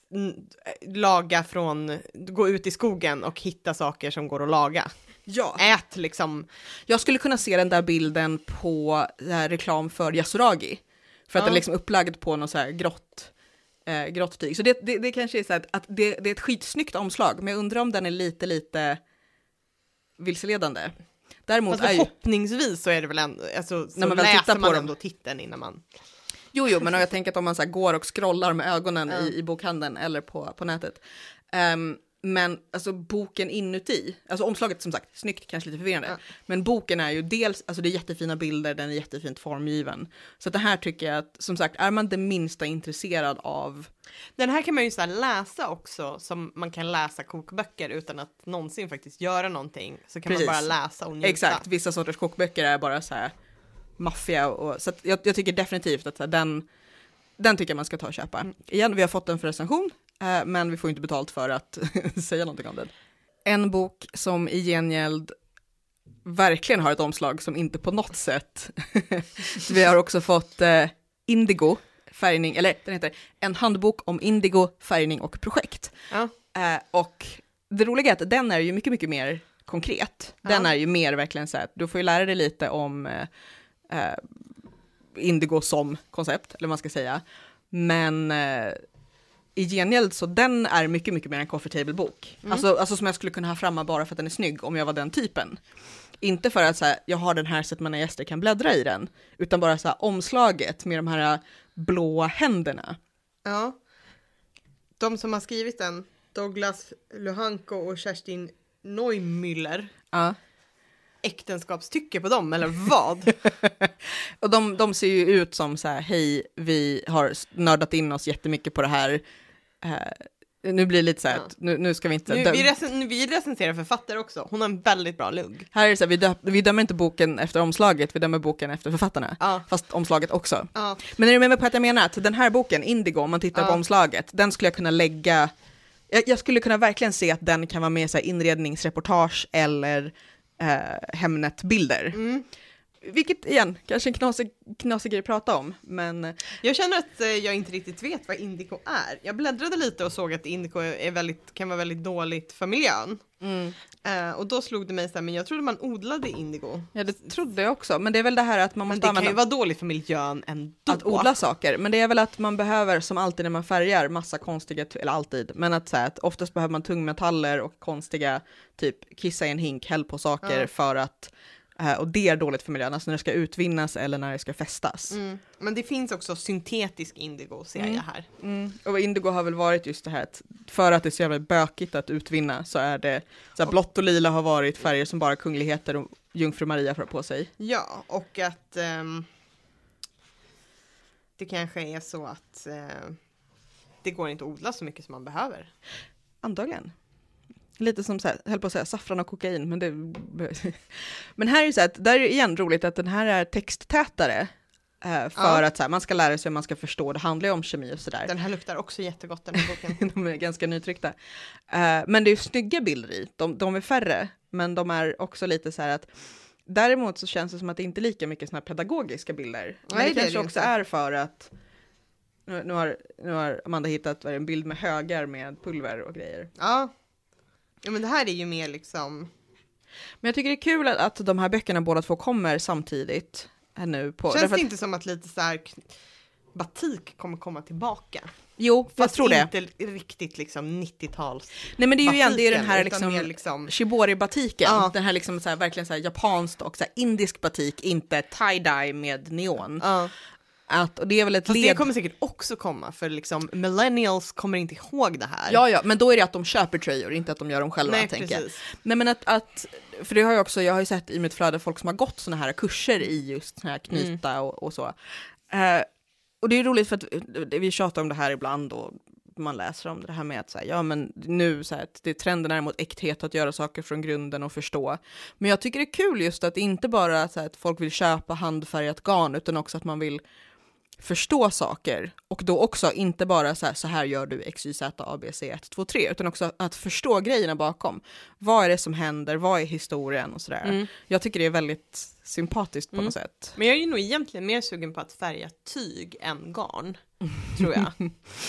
gå ut i skogen och hitta saker som går att laga. Ja. Ät liksom. Jag skulle kunna se den där bilden på reklam för Yasuragi. För att den är liksom upplagd på något så här grått tyg. Så det kanske är så här att det är ett skitsnyggt omslag, men jag undrar om den är lite vilseledande. Däremot Alltså, förhoppningsvis så är det väl ändå, alltså, så när man väl läser tittar på man dem. ändå titeln innan man... Jo, men jag tänker att om man så här går och scrollar med ögonen i bokhandeln eller på nätet. Men alltså boken inuti, alltså omslaget som sagt, snyggt, kanske lite förvirrande. Men boken är ju dels, alltså det är jättefina bilder, den är jättefint formgiven. Så att det här tycker jag att, som sagt, är man det minsta intresserad av... Den här kan man ju så här läsa också, som man kan läsa kokböcker utan att någonsin faktiskt göra någonting. Så kan man bara läsa och njuta. Exakt, vissa sorters kokböcker är bara så här maffia. Så att jag tycker definitivt att så här, den tycker jag man ska ta och köpa. Igen, vi har fått den för recension. Men vi får inte betalt för att säga någonting om den. En bok som i gengäld verkligen har ett omslag som inte på något sätt. Vi har också fått Indigo färgning, eller den heter En handbok om indigo, färgning och projekt. Ja. Och det roliga är att den är ju mycket, mycket mer konkret. Den är ju mer verkligen så här, du får ju lära dig lite om indigo som koncept, eller vad man ska säga. Men... i gengäld så den är mycket, mycket mer en coffee table-bok. Alltså som jag skulle kunna ha framme bara för att den är snygg om jag var den typen. Inte för att så här, jag har den här så att mina gäster kan bläddra i den. Utan bara så här, omslaget med de här blåa händerna. Ja. De som har skrivit den, Douglas Luhanko och Kerstin Neumüller. Ja. Äktenskapstycke på dem, eller vad? Och de ser ju ut som så här, hej, vi har nördat in oss jättemycket på det här. Nu blir det lite så här, nu ska vi inte... Vi recenserar författare också. Hon har en väldigt bra lugg. Här är det så här, vi dömer inte boken efter omslaget, vi dömer boken efter författarna. Ja. Fast omslaget också. Ja. Men är du med mig på att jag menar att den här boken, Indigo, om man tittar på omslaget, den skulle jag kunna lägga... Jag skulle kunna verkligen se att den kan vara med i så här inredningsreportage eller Hemnet-bilder. Vilket igen, kanske en knasig grej att prata om, men... Jag känner att jag inte riktigt vet vad indigo är. Jag bläddrade lite och såg att indigo kan vara väldigt dåligt för miljön. Och då slog det mig så här, men jag trodde man odlade indigo. Ja, det trodde jag också, men det är väl det här att man måste använda... Men det kan ju vara dåligt för miljön ändå. Att odla saker, men det är väl att man behöver, som alltid när man färgar, massa konstiga, eller alltid, men att säga att oftast behöver man tungmetaller och konstiga, typ kissa i en hink, häll på saker för att... Och det är dåligt för miljön, alltså när det ska utvinnas eller när det ska fästas. Men det finns också syntetisk indigo, ser jag här. Och indigo har väl varit just det här att för att det är så jävla bökigt att utvinna så är det så här, blått och lila har varit färger som bara kungligheter och jungfru Maria får på sig. Ja, och att det kanske är så att det går inte att odla så mycket som man behöver. Antagligen. Lite som så här, höll på att säga saffran och kokain, men det... Men här är det så att, där är det igen roligt att den här är texttätare för att så här, man ska lära sig och man ska förstå, det handlar ju om kemi och sådär. Den här luktar också jättegott, den här boken. De är ganska nytryckta. Men det är ju snygga bilder i, de är färre, men de är också lite så här att däremot så känns det som att det inte är lika mycket såna här pedagogiska bilder. Men Nej, det kanske är också är för att nu har Amanda hittat en bild med högar med pulver och grejer. Ja, men det här är ju mer liksom... Men jag tycker det är kul att de här böckerna båda två kommer samtidigt nu på... Känns det inte som att lite så här batik kommer komma tillbaka? Jo, jag tror det. Inte riktigt liksom 90-tals. Nej, men det är ju batiken, igen, det är den här liksom shibori-batiken. Den här liksom så här, verkligen så här japanskt och så här indisk batik, inte tie-dye med neon. Och det är väl ett Fast det kommer säkert också komma, för liksom millennials kommer inte ihåg det här. Ja, men då är det att de köper tröjor, inte att de gör dem själva. Nej, tänker jag. precis. Nej, men att för det har jag har ju sett i mitt flöde folk som har gått såna här kurser i just såna här knyta och så. Och det är roligt för att vi tjatar om det här ibland och man läser om det här med att så här, ja men nu så här, att det trenden är mot äkthet, att göra saker från grunden och förstå. Men jag tycker det är kul just att det inte bara så här, att folk vill köpa handfärgat garn, utan också att man vill förstå saker, och då också inte bara så här gör du X, Y, Z, A, B, C, 1, 2, 3, utan också att förstå grejerna bakom. Vad är det som händer? Vad är historien? Och sådär. Jag tycker det är väldigt sympatiskt på något sätt. Men jag är ju nog egentligen mer sugen på att färga tyg än garn, tror jag.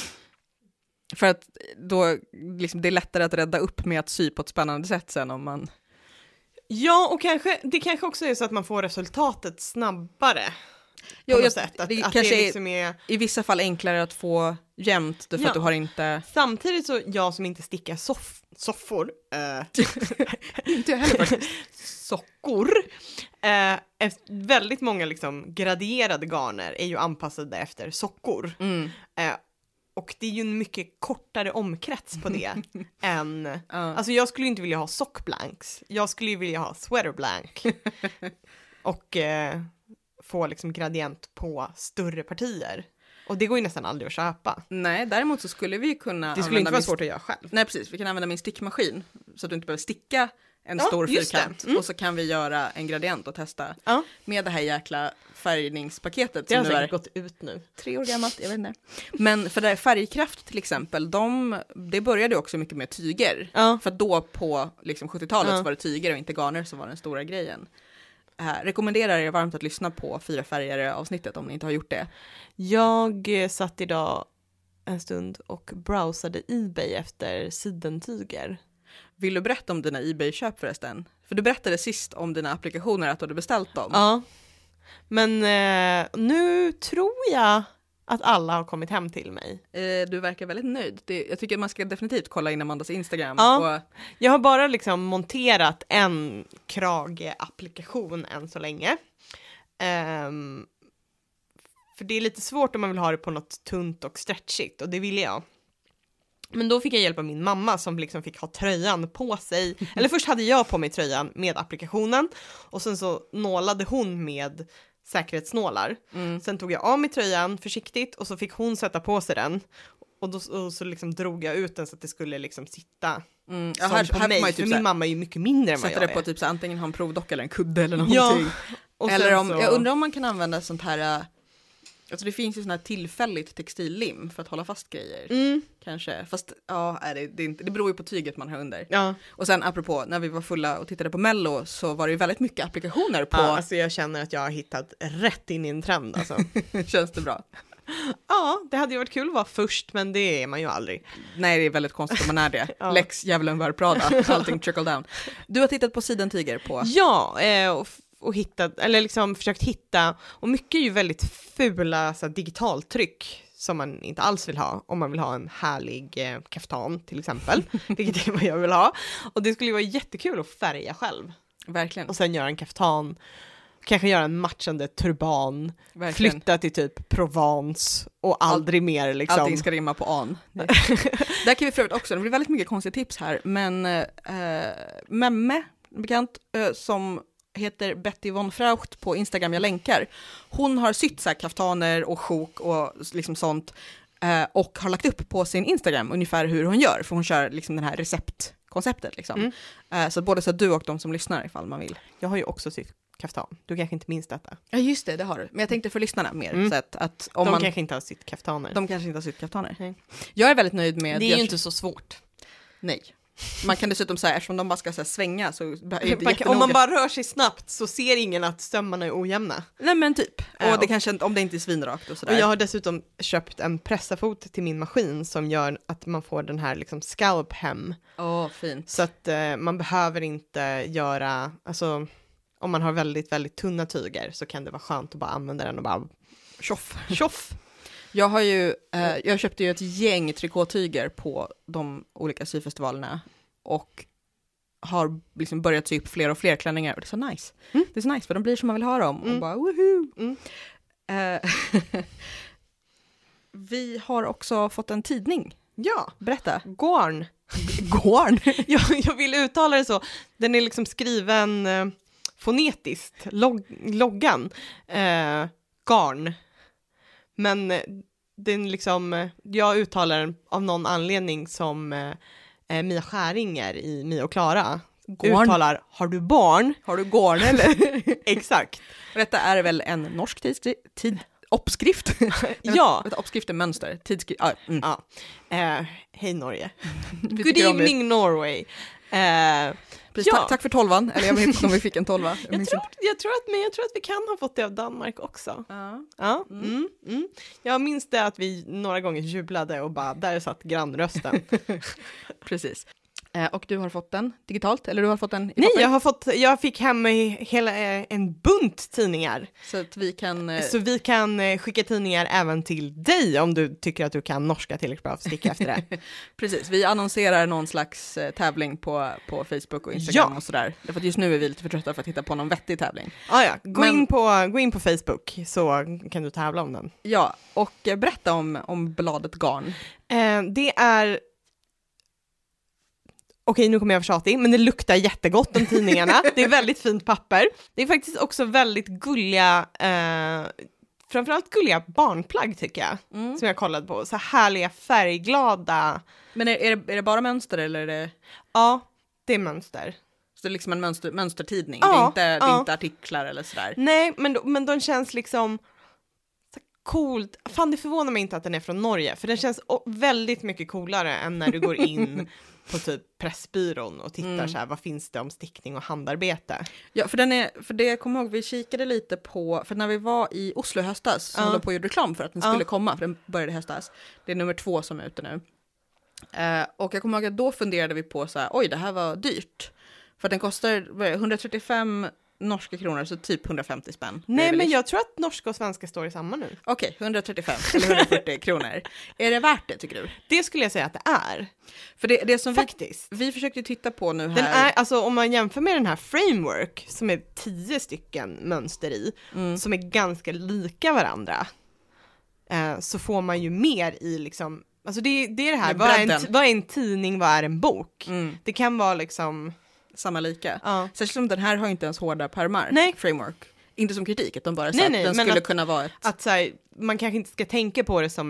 För att då liksom, det är lättare att rädda upp med att sy på ett spännande sätt sen om man... Ja, och det kanske också är så att man får resultatet snabbare. Sätt. Att kanske det liksom är i vissa fall enklare att få jämnt, för att du har inte... Samtidigt så, jag som inte stickar soffor, inte jag heller faktiskt. sockor, väldigt många liksom graderade garner är ju anpassade efter sockor. Och det är ju en mycket kortare omkrets på det än... Alltså jag skulle ju inte vilja ha sockblanks. Jag skulle ju vilja ha sweaterblank. Och få liksom gradient på större partier. Och det går ju nästan aldrig att köpa. Nej, däremot så skulle vi ju kunna... Det skulle inte vara svårt att göra själv. Nej, precis. Vi kan använda min stickmaskin så att du inte behöver sticka en stor fyrkant. Och så kan vi göra en gradient och testa med det här jäkla färgningspaketet. Det har som nu säkert gått ut nu. 3 år gammalt, jag vet inte. Men för det här Färgkraft till exempel, det började också mycket med tyger. För då på liksom 70-talet så var det tyger och inte garner som var den stora grejen. Rekommenderar er varmt att lyssna på 4 färgare avsnittet om ni inte har gjort det. Jag satt idag en stund och browsade eBay efter sidentyger. Vill du berätta om dina eBay-köp förresten? För du berättade sist om dina applikationer, att du hade beställt dem. Ja, men nu tror jag att alla har kommit hem till mig. Du verkar väldigt nöjd. Jag tycker att man ska definitivt kolla in Amandas Instagram. Ja, jag har bara liksom monterat en krageapplikation än så länge. För det är lite svårt om man vill ha det på något tunt och stretchigt, och det ville jag. Men då fick jag hjälp av min mamma som liksom fick ha tröjan på sig. Eller först hade jag på mig tröjan med applikationen, och sen så nålade hon med säkerhetsnålar. Sen tog jag av mig tröjan försiktigt och så fick hon sätta på sig den. Och då så liksom drog jag ut den så att det skulle liksom sitta här på mig. Typ för min mamma är ju mycket mindre än vad jag är. Sätta det på typ så antingen ha en provdocka eller en kudde eller någonting. Ja, eller jag undrar om man kan använda sånt här... Alltså det finns ju sån här tillfälligt textillim för att hålla fast grejer. Kanske. Fast det beror ju på tyget man har under. Ja. Och sen apropå, när vi var fulla och tittade på Mello så var det ju väldigt mycket applikationer på... Ja, alltså jag känner att jag har hittat rätt in i en trend alltså. Känns det bra? Ja, det hade ju varit kul att vara först, men det är man ju aldrig. Nej, det är väldigt konstigt om man är det. Lex djävulen var Prada, allting trickle down. Du har tittat på sidentyger på... Ja, och hittat, eller liksom försökt hitta, och mycket är ju väldigt fula så här, digitaltryck som man inte alls vill ha om man vill ha en härlig kaftan till exempel, vilket är vad jag vill ha. Och det skulle ju vara jättekul att färga själv. Verkligen. Och sen göra en kaftan, kanske göra en matchande turban, verkligen. Flytta till typ Provence och aldrig mer liksom. Allting ska rimma på an. Där kan vi förut också, det blir väldigt mycket konstiga tips här, men Memme, bekant, som heter Betty von Fraucht på Instagram, jag länkar. Hon har sytt så här kaftaner och sjok och liksom sånt och har lagt upp på sin Instagram ungefär hur hon gör, för hon kör liksom den här receptkonceptet liksom. Så både så du och de som lyssnar ifall man vill. Jag har ju också sytt kaftan. Du kanske inte minns detta. Ja just det har du. Men jag tänkte för lyssnarna mer. Så att om de kanske inte har sytt kaftaner. De kanske inte har sytt kaftaner. Nej. Jag är väldigt nöjd med... Det är ju inte så svårt. Nej. Man kan dessutom säga, eftersom de bara ska så här, svänga så är det om man bara rör sig snabbt så ser ingen att sömmarna är ojämna. Nej men typ. Och det kanske, om det inte är svinrakt och sådär. Och jag har dessutom köpt en pressafot till min maskin som gör att man får den här liksom scalp hem. Fint. Så att man behöver inte göra, alltså om man har väldigt, väldigt tunna tyger så kan det vara skönt att bara använda den och bara tjoff. Jag har ju, jag köpte ju ett gäng trikåtyger på de olika syfestivalerna och har liksom börjat sy upp fler och fler klänningar och det är så nice. Det är så nice för de blir som man vill ha dem och bara woohoo. Vi har också fått en tidning. Ja, Berätta. Garn. Garn? Jag vill uttala det så. Den är liksom skriven fonetiskt, loggan. Garn. Men den liksom, jag uttalar den av någon anledning som Mia Skäringer i Mia och Klara Garn. uttalar, har du barn? Har du garn eller? Exakt. Detta är väl en norsk uppskrift? Ja. Uppskrift är mönster. Ja. Hej Norge. Vi Good tycker om evening Norway. Precis, Ja. tack för 12:an. Eller jag vet inte om vi fick en 12. Jag tror att vi kan ha fått det av Danmark också. Ja. Ja. Jag minns det att vi några gånger jublade och bara, där satt grannrösten. Precis. Och du har fått den digitalt? Eller du har fått den i Nej, papper? jag fick hem en bunt tidningar. Så att vi kan... Så vi kan skicka tidningar även till dig om du tycker att du kan norska tillräckligt bra för att sticka efter det. Precis, vi annonserar någon slags tävling på Facebook och Instagram och sådär. Därför att just nu är vi lite för trötta för att hitta på någon vettig tävling. Ja. Gå in på Facebook så kan du tävla om den. Ja, och berätta om bladet Garn. Det är... Okej, nu kommer jag vara tjatig, men det luktar jättegott om tidningarna. Det är väldigt fint papper. Det är faktiskt också väldigt gulliga, framförallt gulliga barnplagg tycker jag, som jag kollade på. Så härliga, färgglada. Men är det bara mönster eller är det... Ja, det är mönster. Så det är liksom en mönstertidning? Ja, det är inte artiklar eller sådär? Nej, men de känns liksom så coolt. Fan, det förvånar mig inte att den är från Norge, för den känns väldigt mycket coolare än när du går in på typ Pressbyrån och tittar så här, vad finns det om stickning och handarbete? Ja, för det kommer jag ihåg, vi kikade lite på, för när vi var i Oslo i höstas så höll på att göra reklam för att den skulle komma, för den började i höstas. Det är nummer 2 som är ute nu. Och jag kommer ihåg att då funderade vi på så här, oj, det här var dyrt. För att den kostar 135 norska kronor, så typ 150 spänn. Nej, men jag tror att norska och svenska står i samma nu. Okej, 135 eller 140 kronor. Är det värt det, tycker du? Det skulle jag säga att det är. För det som faktiskt. Vi försökte titta på nu här. Den är, alltså om man jämför med den här Framework, som är 10 stycken mönster i, som är ganska lika varandra, så får man ju mer i liksom, alltså det är det här, vad är en tidning, vad är en bok? Det kan vara liksom samma lika. Särskilt som den här har inte ens hårda pärmar. Nej. Framework. Inte som kritik, att de bara sa att den skulle kunna vara ett... Att så här, man kanske inte ska tänka på det som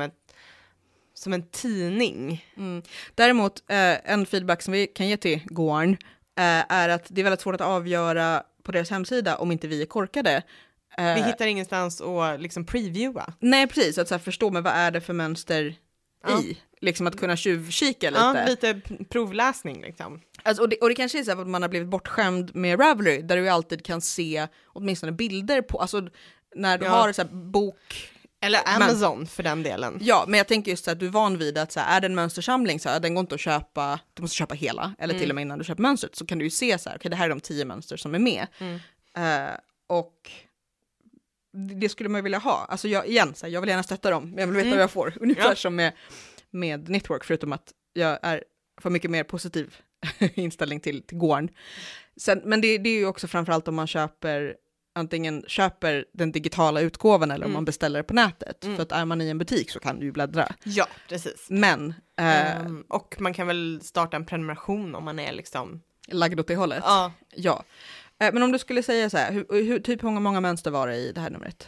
en tidning. Däremot, en feedback som vi kan ge till Garn är att det är väldigt svårt att avgöra på deras hemsida om inte vi är korkade. Vi hittar ingenstans att liksom previewa. Nej, precis. Att så här, förstå med vad är det för mönster i. Liksom att kunna tjuvkika lite. Ja, lite provläsning liksom. Alltså, och det kanske är så att man har blivit bortskämd med Ravelry, där du alltid kan se åtminstone bilder på, alltså när du har så här bok... Eller Amazon för den delen. Ja, men jag tänker just att du är van vid att så här, är det en mönstersamling så här, den går inte att köpa, du måste köpa hela, eller till och med innan du köper mönstret, så kan du ju se så här, okej, det här är de 10 mönster som är med. Och det skulle man vilja ha. Alltså jag vill gärna stötta dem, men jag vill veta vad jag får. Ungefär som med Knitwork, förutom att jag får mycket mer positiv inställning till Garn. Men det är ju också framförallt om man antingen köper den digitala utgåvan eller om man beställer det på nätet. För att är man i en butik så kan du ju bläddra. Ja, precis. Men... och man kan väl starta en prenumeration om man är liksom... lagd åt det hållet. Ja. Men om du skulle säga så här, typ hur många mönster var det i det här numret?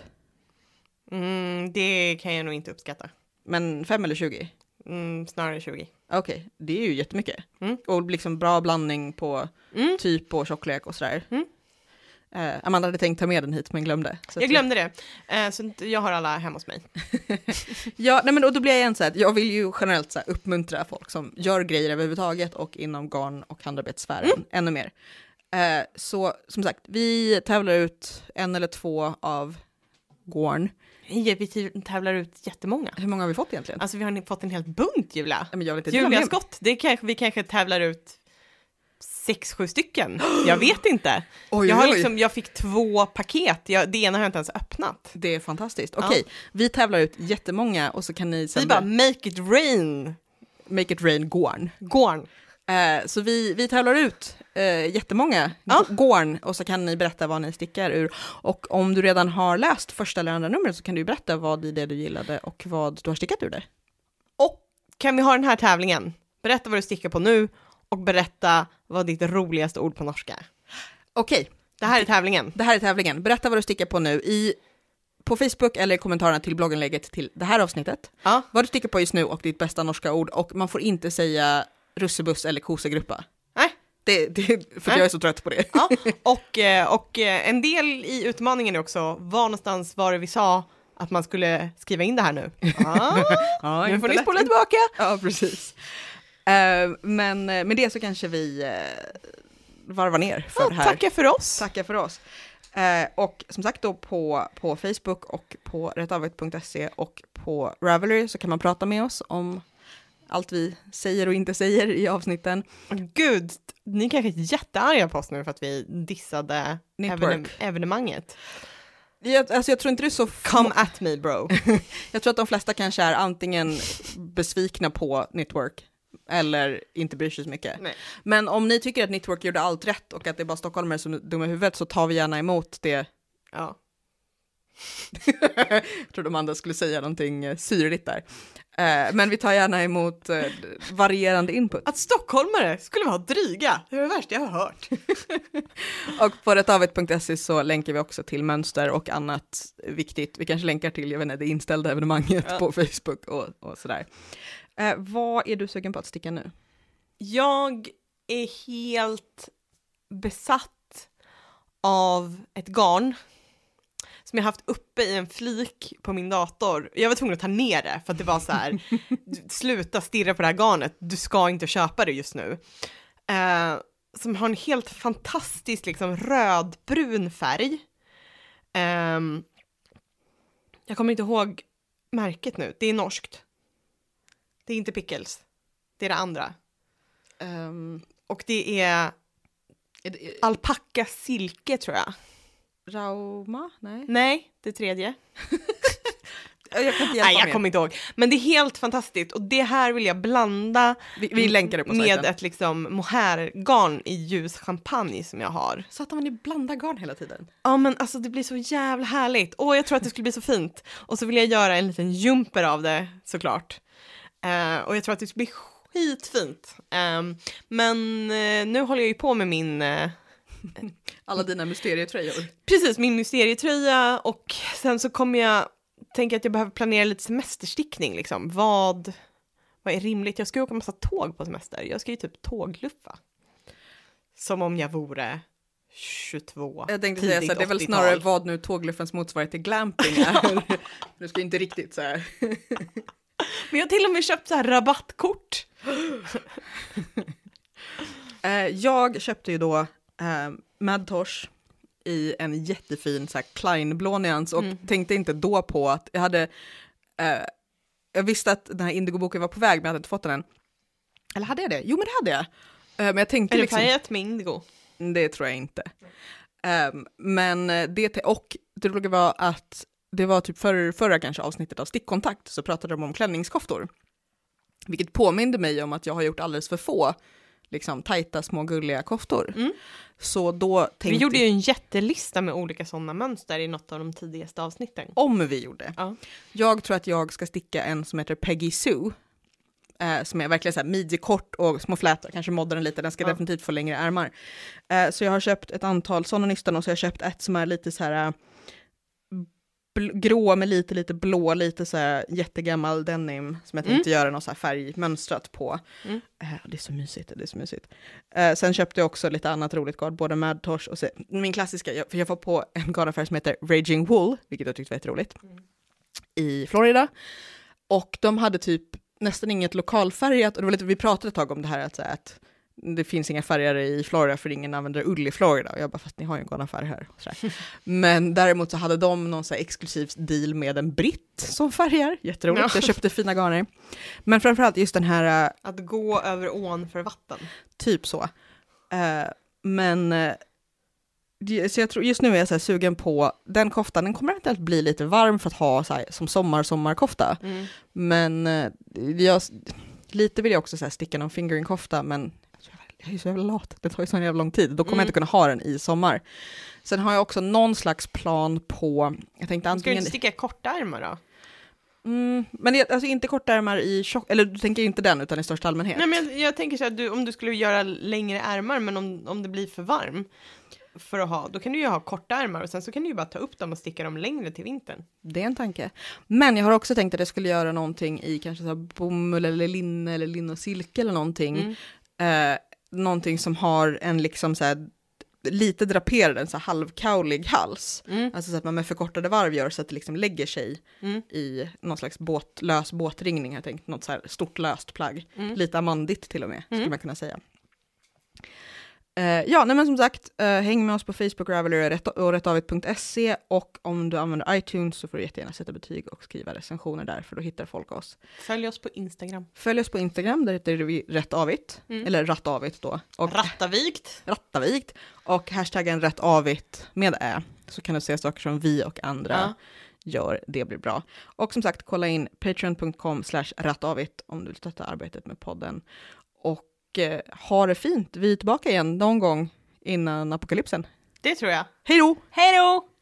Det kan jag nog inte uppskatta. Men 5 eller 20? Snarare 20. Okej, det är ju jättemycket. Och liksom bra blandning på typ och tjocklek och sådär. Amanda hade tänkt ta med den hit men glömde. Jag glömde det. Så jag har alla hemma hos mig. Ja, nej, men då blir jag igen så här, jag vill ju generellt så här, uppmuntra folk som gör grejer överhuvudtaget och inom garn- och handarbetssfären ännu mer. Så som sagt, vi tävlar ut 1 eller 2 av Garn. Vi tävlar ut jättemånga. Hur många har vi fått egentligen? Alltså vi har fått en helt bunt, Julia. Men jag vet inte. Julia Skott, vi kanske tävlar ut 6-7 stycken. Jag vet inte. Jag fick 2 paket. Det ena har jag inte ens öppnat. Det är fantastiskt. Okej, vi tävlar ut jättemånga och så kan ni vi bara make it rain. Make it rain Garn. Garn. Så vi tävlar ut jättemånga. Gårn, och så kan ni berätta vad ni stickar ur. Och om du redan har läst första eller andra numret så kan du berätta vad i det du gillade och vad du har stickat ur det. Och kan vi ha den här tävlingen? Berätta vad du stickar på nu och berätta vad ditt roligaste ord på norska är. Okej. Det här är tävlingen. Det här är tävlingen. Berätta vad du stickar på nu på Facebook eller i kommentarerna till blogginlägget till det här avsnittet. Ja. Vad du stickar på just nu och ditt bästa norska ord. Och man får inte säga russebuss eller kosegruppa. Nej. För jag är så trött på det. Ja. Och en del i utmaningen är också, var det vi sa att man skulle skriva in det här nu? Ja, nu får ni spola tillbaka. Ja, precis. Men med det så kanske vi varvar ner för det här. Tacka för oss. Och som sagt då på Facebook och på rättavet.se och på Ravelry så kan man prata med oss om allt vi säger och inte säger i avsnitten. Gud, ni kanske är jättearga på oss nu för att vi dissade evenemanget. Jag tror inte det är så... Come at me, bro. Jag tror att de flesta kanske är antingen besvikna på Knitwork eller inte bryr sig så mycket. Nej. Men om ni tycker att Knitwork gjorde allt rätt och att det är bara stockholmare som är dumma i huvudet så tar vi gärna emot det. Ja. Jag trodde Amanda skulle säga någonting syrligt där. Men vi tar gärna emot varierande input. Att stockholmare skulle vara dryga, det är det värsta jag har hört. Och på rättavet.se så länkar vi också till mönster och annat viktigt. Vi kanske länkar till, jag vet inte, det inställda evenemanget på Facebook och sådär. Vad är du sugen på att sticka nu? Jag är helt besatt av ett garn som jag haft uppe i en flik på min dator. Jag var tvungen att ta ner det för att det var så här, sluta stirra på det här garnet, du ska inte köpa det just nu. Som har en helt fantastisk liksom rödbrun färg. Jag kommer inte ihåg märket nu, det är norskt. Det är inte Pickles, det är det andra. Och det är alpacka silke tror jag. Rauma? Nej, det tredje. Jag kommer inte ihåg. Men det är helt fantastiskt. Och det här vill jag blanda vi länkar det på med sajten. ett liksom mohairgarn i ljus champagne som jag har. Så att man blandar garn hela tiden. Ja, men alltså det blir så jävla härligt. Och jag tror att det skulle bli så fint. Och så vill jag göra en liten jumper av det såklart. Och jag tror att det skulle bli skitfint. Men nu håller jag ju på med min... alla dina mysterietröjor. Precis, min mysterietröja. Och sen så kommer jag tänka att jag behöver planera lite semesterstickning. Liksom. Vad är rimligt? Jag ska åka en massa tåg på semester. Jag ska ju typ tågluffa. Som om jag vore 22. Jag tänkte säga så här, det är väl snarare vad nu tågluffens motsvarighet till glamping är. Du ska inte riktigt så här... Men jag har till och med köpt så här rabattkort. Jag köpte ju då Madtosh i en jättefin så här Klein-blå nyans och tänkte inte då på att jag hade jag visste att den här Indigo-boken var på väg men jag hade inte fått den än. Eller hade jag det? Jo men det hade jag. Men jag tänkte är det liksom, färgat med indigo? Det tror jag inte. Men det roliga var att det var typ förra kanske avsnittet av Stickkontakt så pratade de om klänningskoftor. Vilket påminde mig om att jag har gjort alldeles för få liksom tajta små gulliga koftor. Så då tänkte... Vi gjorde ju en jättelista med olika sådana mönster i något av de tidigaste avsnitten. Om vi gjorde. Ja. Jag tror att jag ska sticka en som heter Peggy Sue. Som är verkligen så här midjekort och små flätor. Kanske modda den lite, den ska definitivt få längre ärmar. Så jag har köpt ett antal sådana nystan och så har jag köpt ett som är lite så här... grå med lite blå, lite så här jättegammal denim som jag tänkte göra något så här färgmönstrat på. Det är så mysigt. Sen köpte jag också lite annat roligt garn, både Madtosh och min klassiska, för jag var på en garnaffär som heter Raging Wool, vilket jag tyckte var jätteroligt, i Florida. Och de hade typ nästan inget lokalfärgat, och det var lite, vi pratade ett tag om det här att det finns inga färgare i Florida för ingen använder ull i Florida. Och jag bara, fast ni har ju en garnaffär här. Men däremot så hade de någon så här exklusiv deal med en britt som färgar. Jätteroligt, jag köpte fina garner. Men framförallt just den här... att gå över ån för vatten. Typ så. Så jag tror, just nu är jag så här sugen på den koftan. Den kommer eventuellt bli lite varm för att ha så här, som sommarkofta. Men lite vill jag också så här, sticka någon fingering-kofta, men jag är så jävla lat, det tar ju så jävla lång tid, då kommer jag inte kunna ha den i sommar. Sen har jag också någon slags plan på, jag tänkte antingen... Ska du inte sticka kortärmar då? Men alltså inte kortärmar i tjock, eller du tänker inte den utan i största allmänhet? Nej, men jag tänker så här, om du skulle göra längre ärmar, men om det blir för varm för att ha, då kan du ju ha korta ärmar och sen så kan du ju bara ta upp dem och sticka dem längre till vintern. Det är en tanke. Men jag har också tänkt att jag skulle göra någonting i kanske så här bomull eller linne och silke eller någonting. Någonting som har en liksom så här lite draperad, en så här halvkaulig hals. Alltså så att man med förkortade varv gör så att det liksom lägger sig i någon slags lös båtringning, jag tänkt. Något så här stort löst plagg. Lite amandigt till och med, skulle man kunna säga. Ja, nej men som sagt, häng med oss på Facebook, Ravelry och rättavit.se, och om du använder iTunes så får du jättegärna sätta betyg och skriva recensioner där, för då hittar folk oss. Följ oss på Instagram. Där heter vi Rättavit, eller Rattavit då. Och Rattavigt. Och hashtaggen Rättavit med ä, så kan du se saker som vi och andra gör, det blir bra. Och som sagt, kolla in patreon.com/rattavit om du vill stötta arbetet med podden. Och ha det fint. Vi är tillbaka igen någon gång innan apokalypsen. Det tror jag. Hej då! Hej då!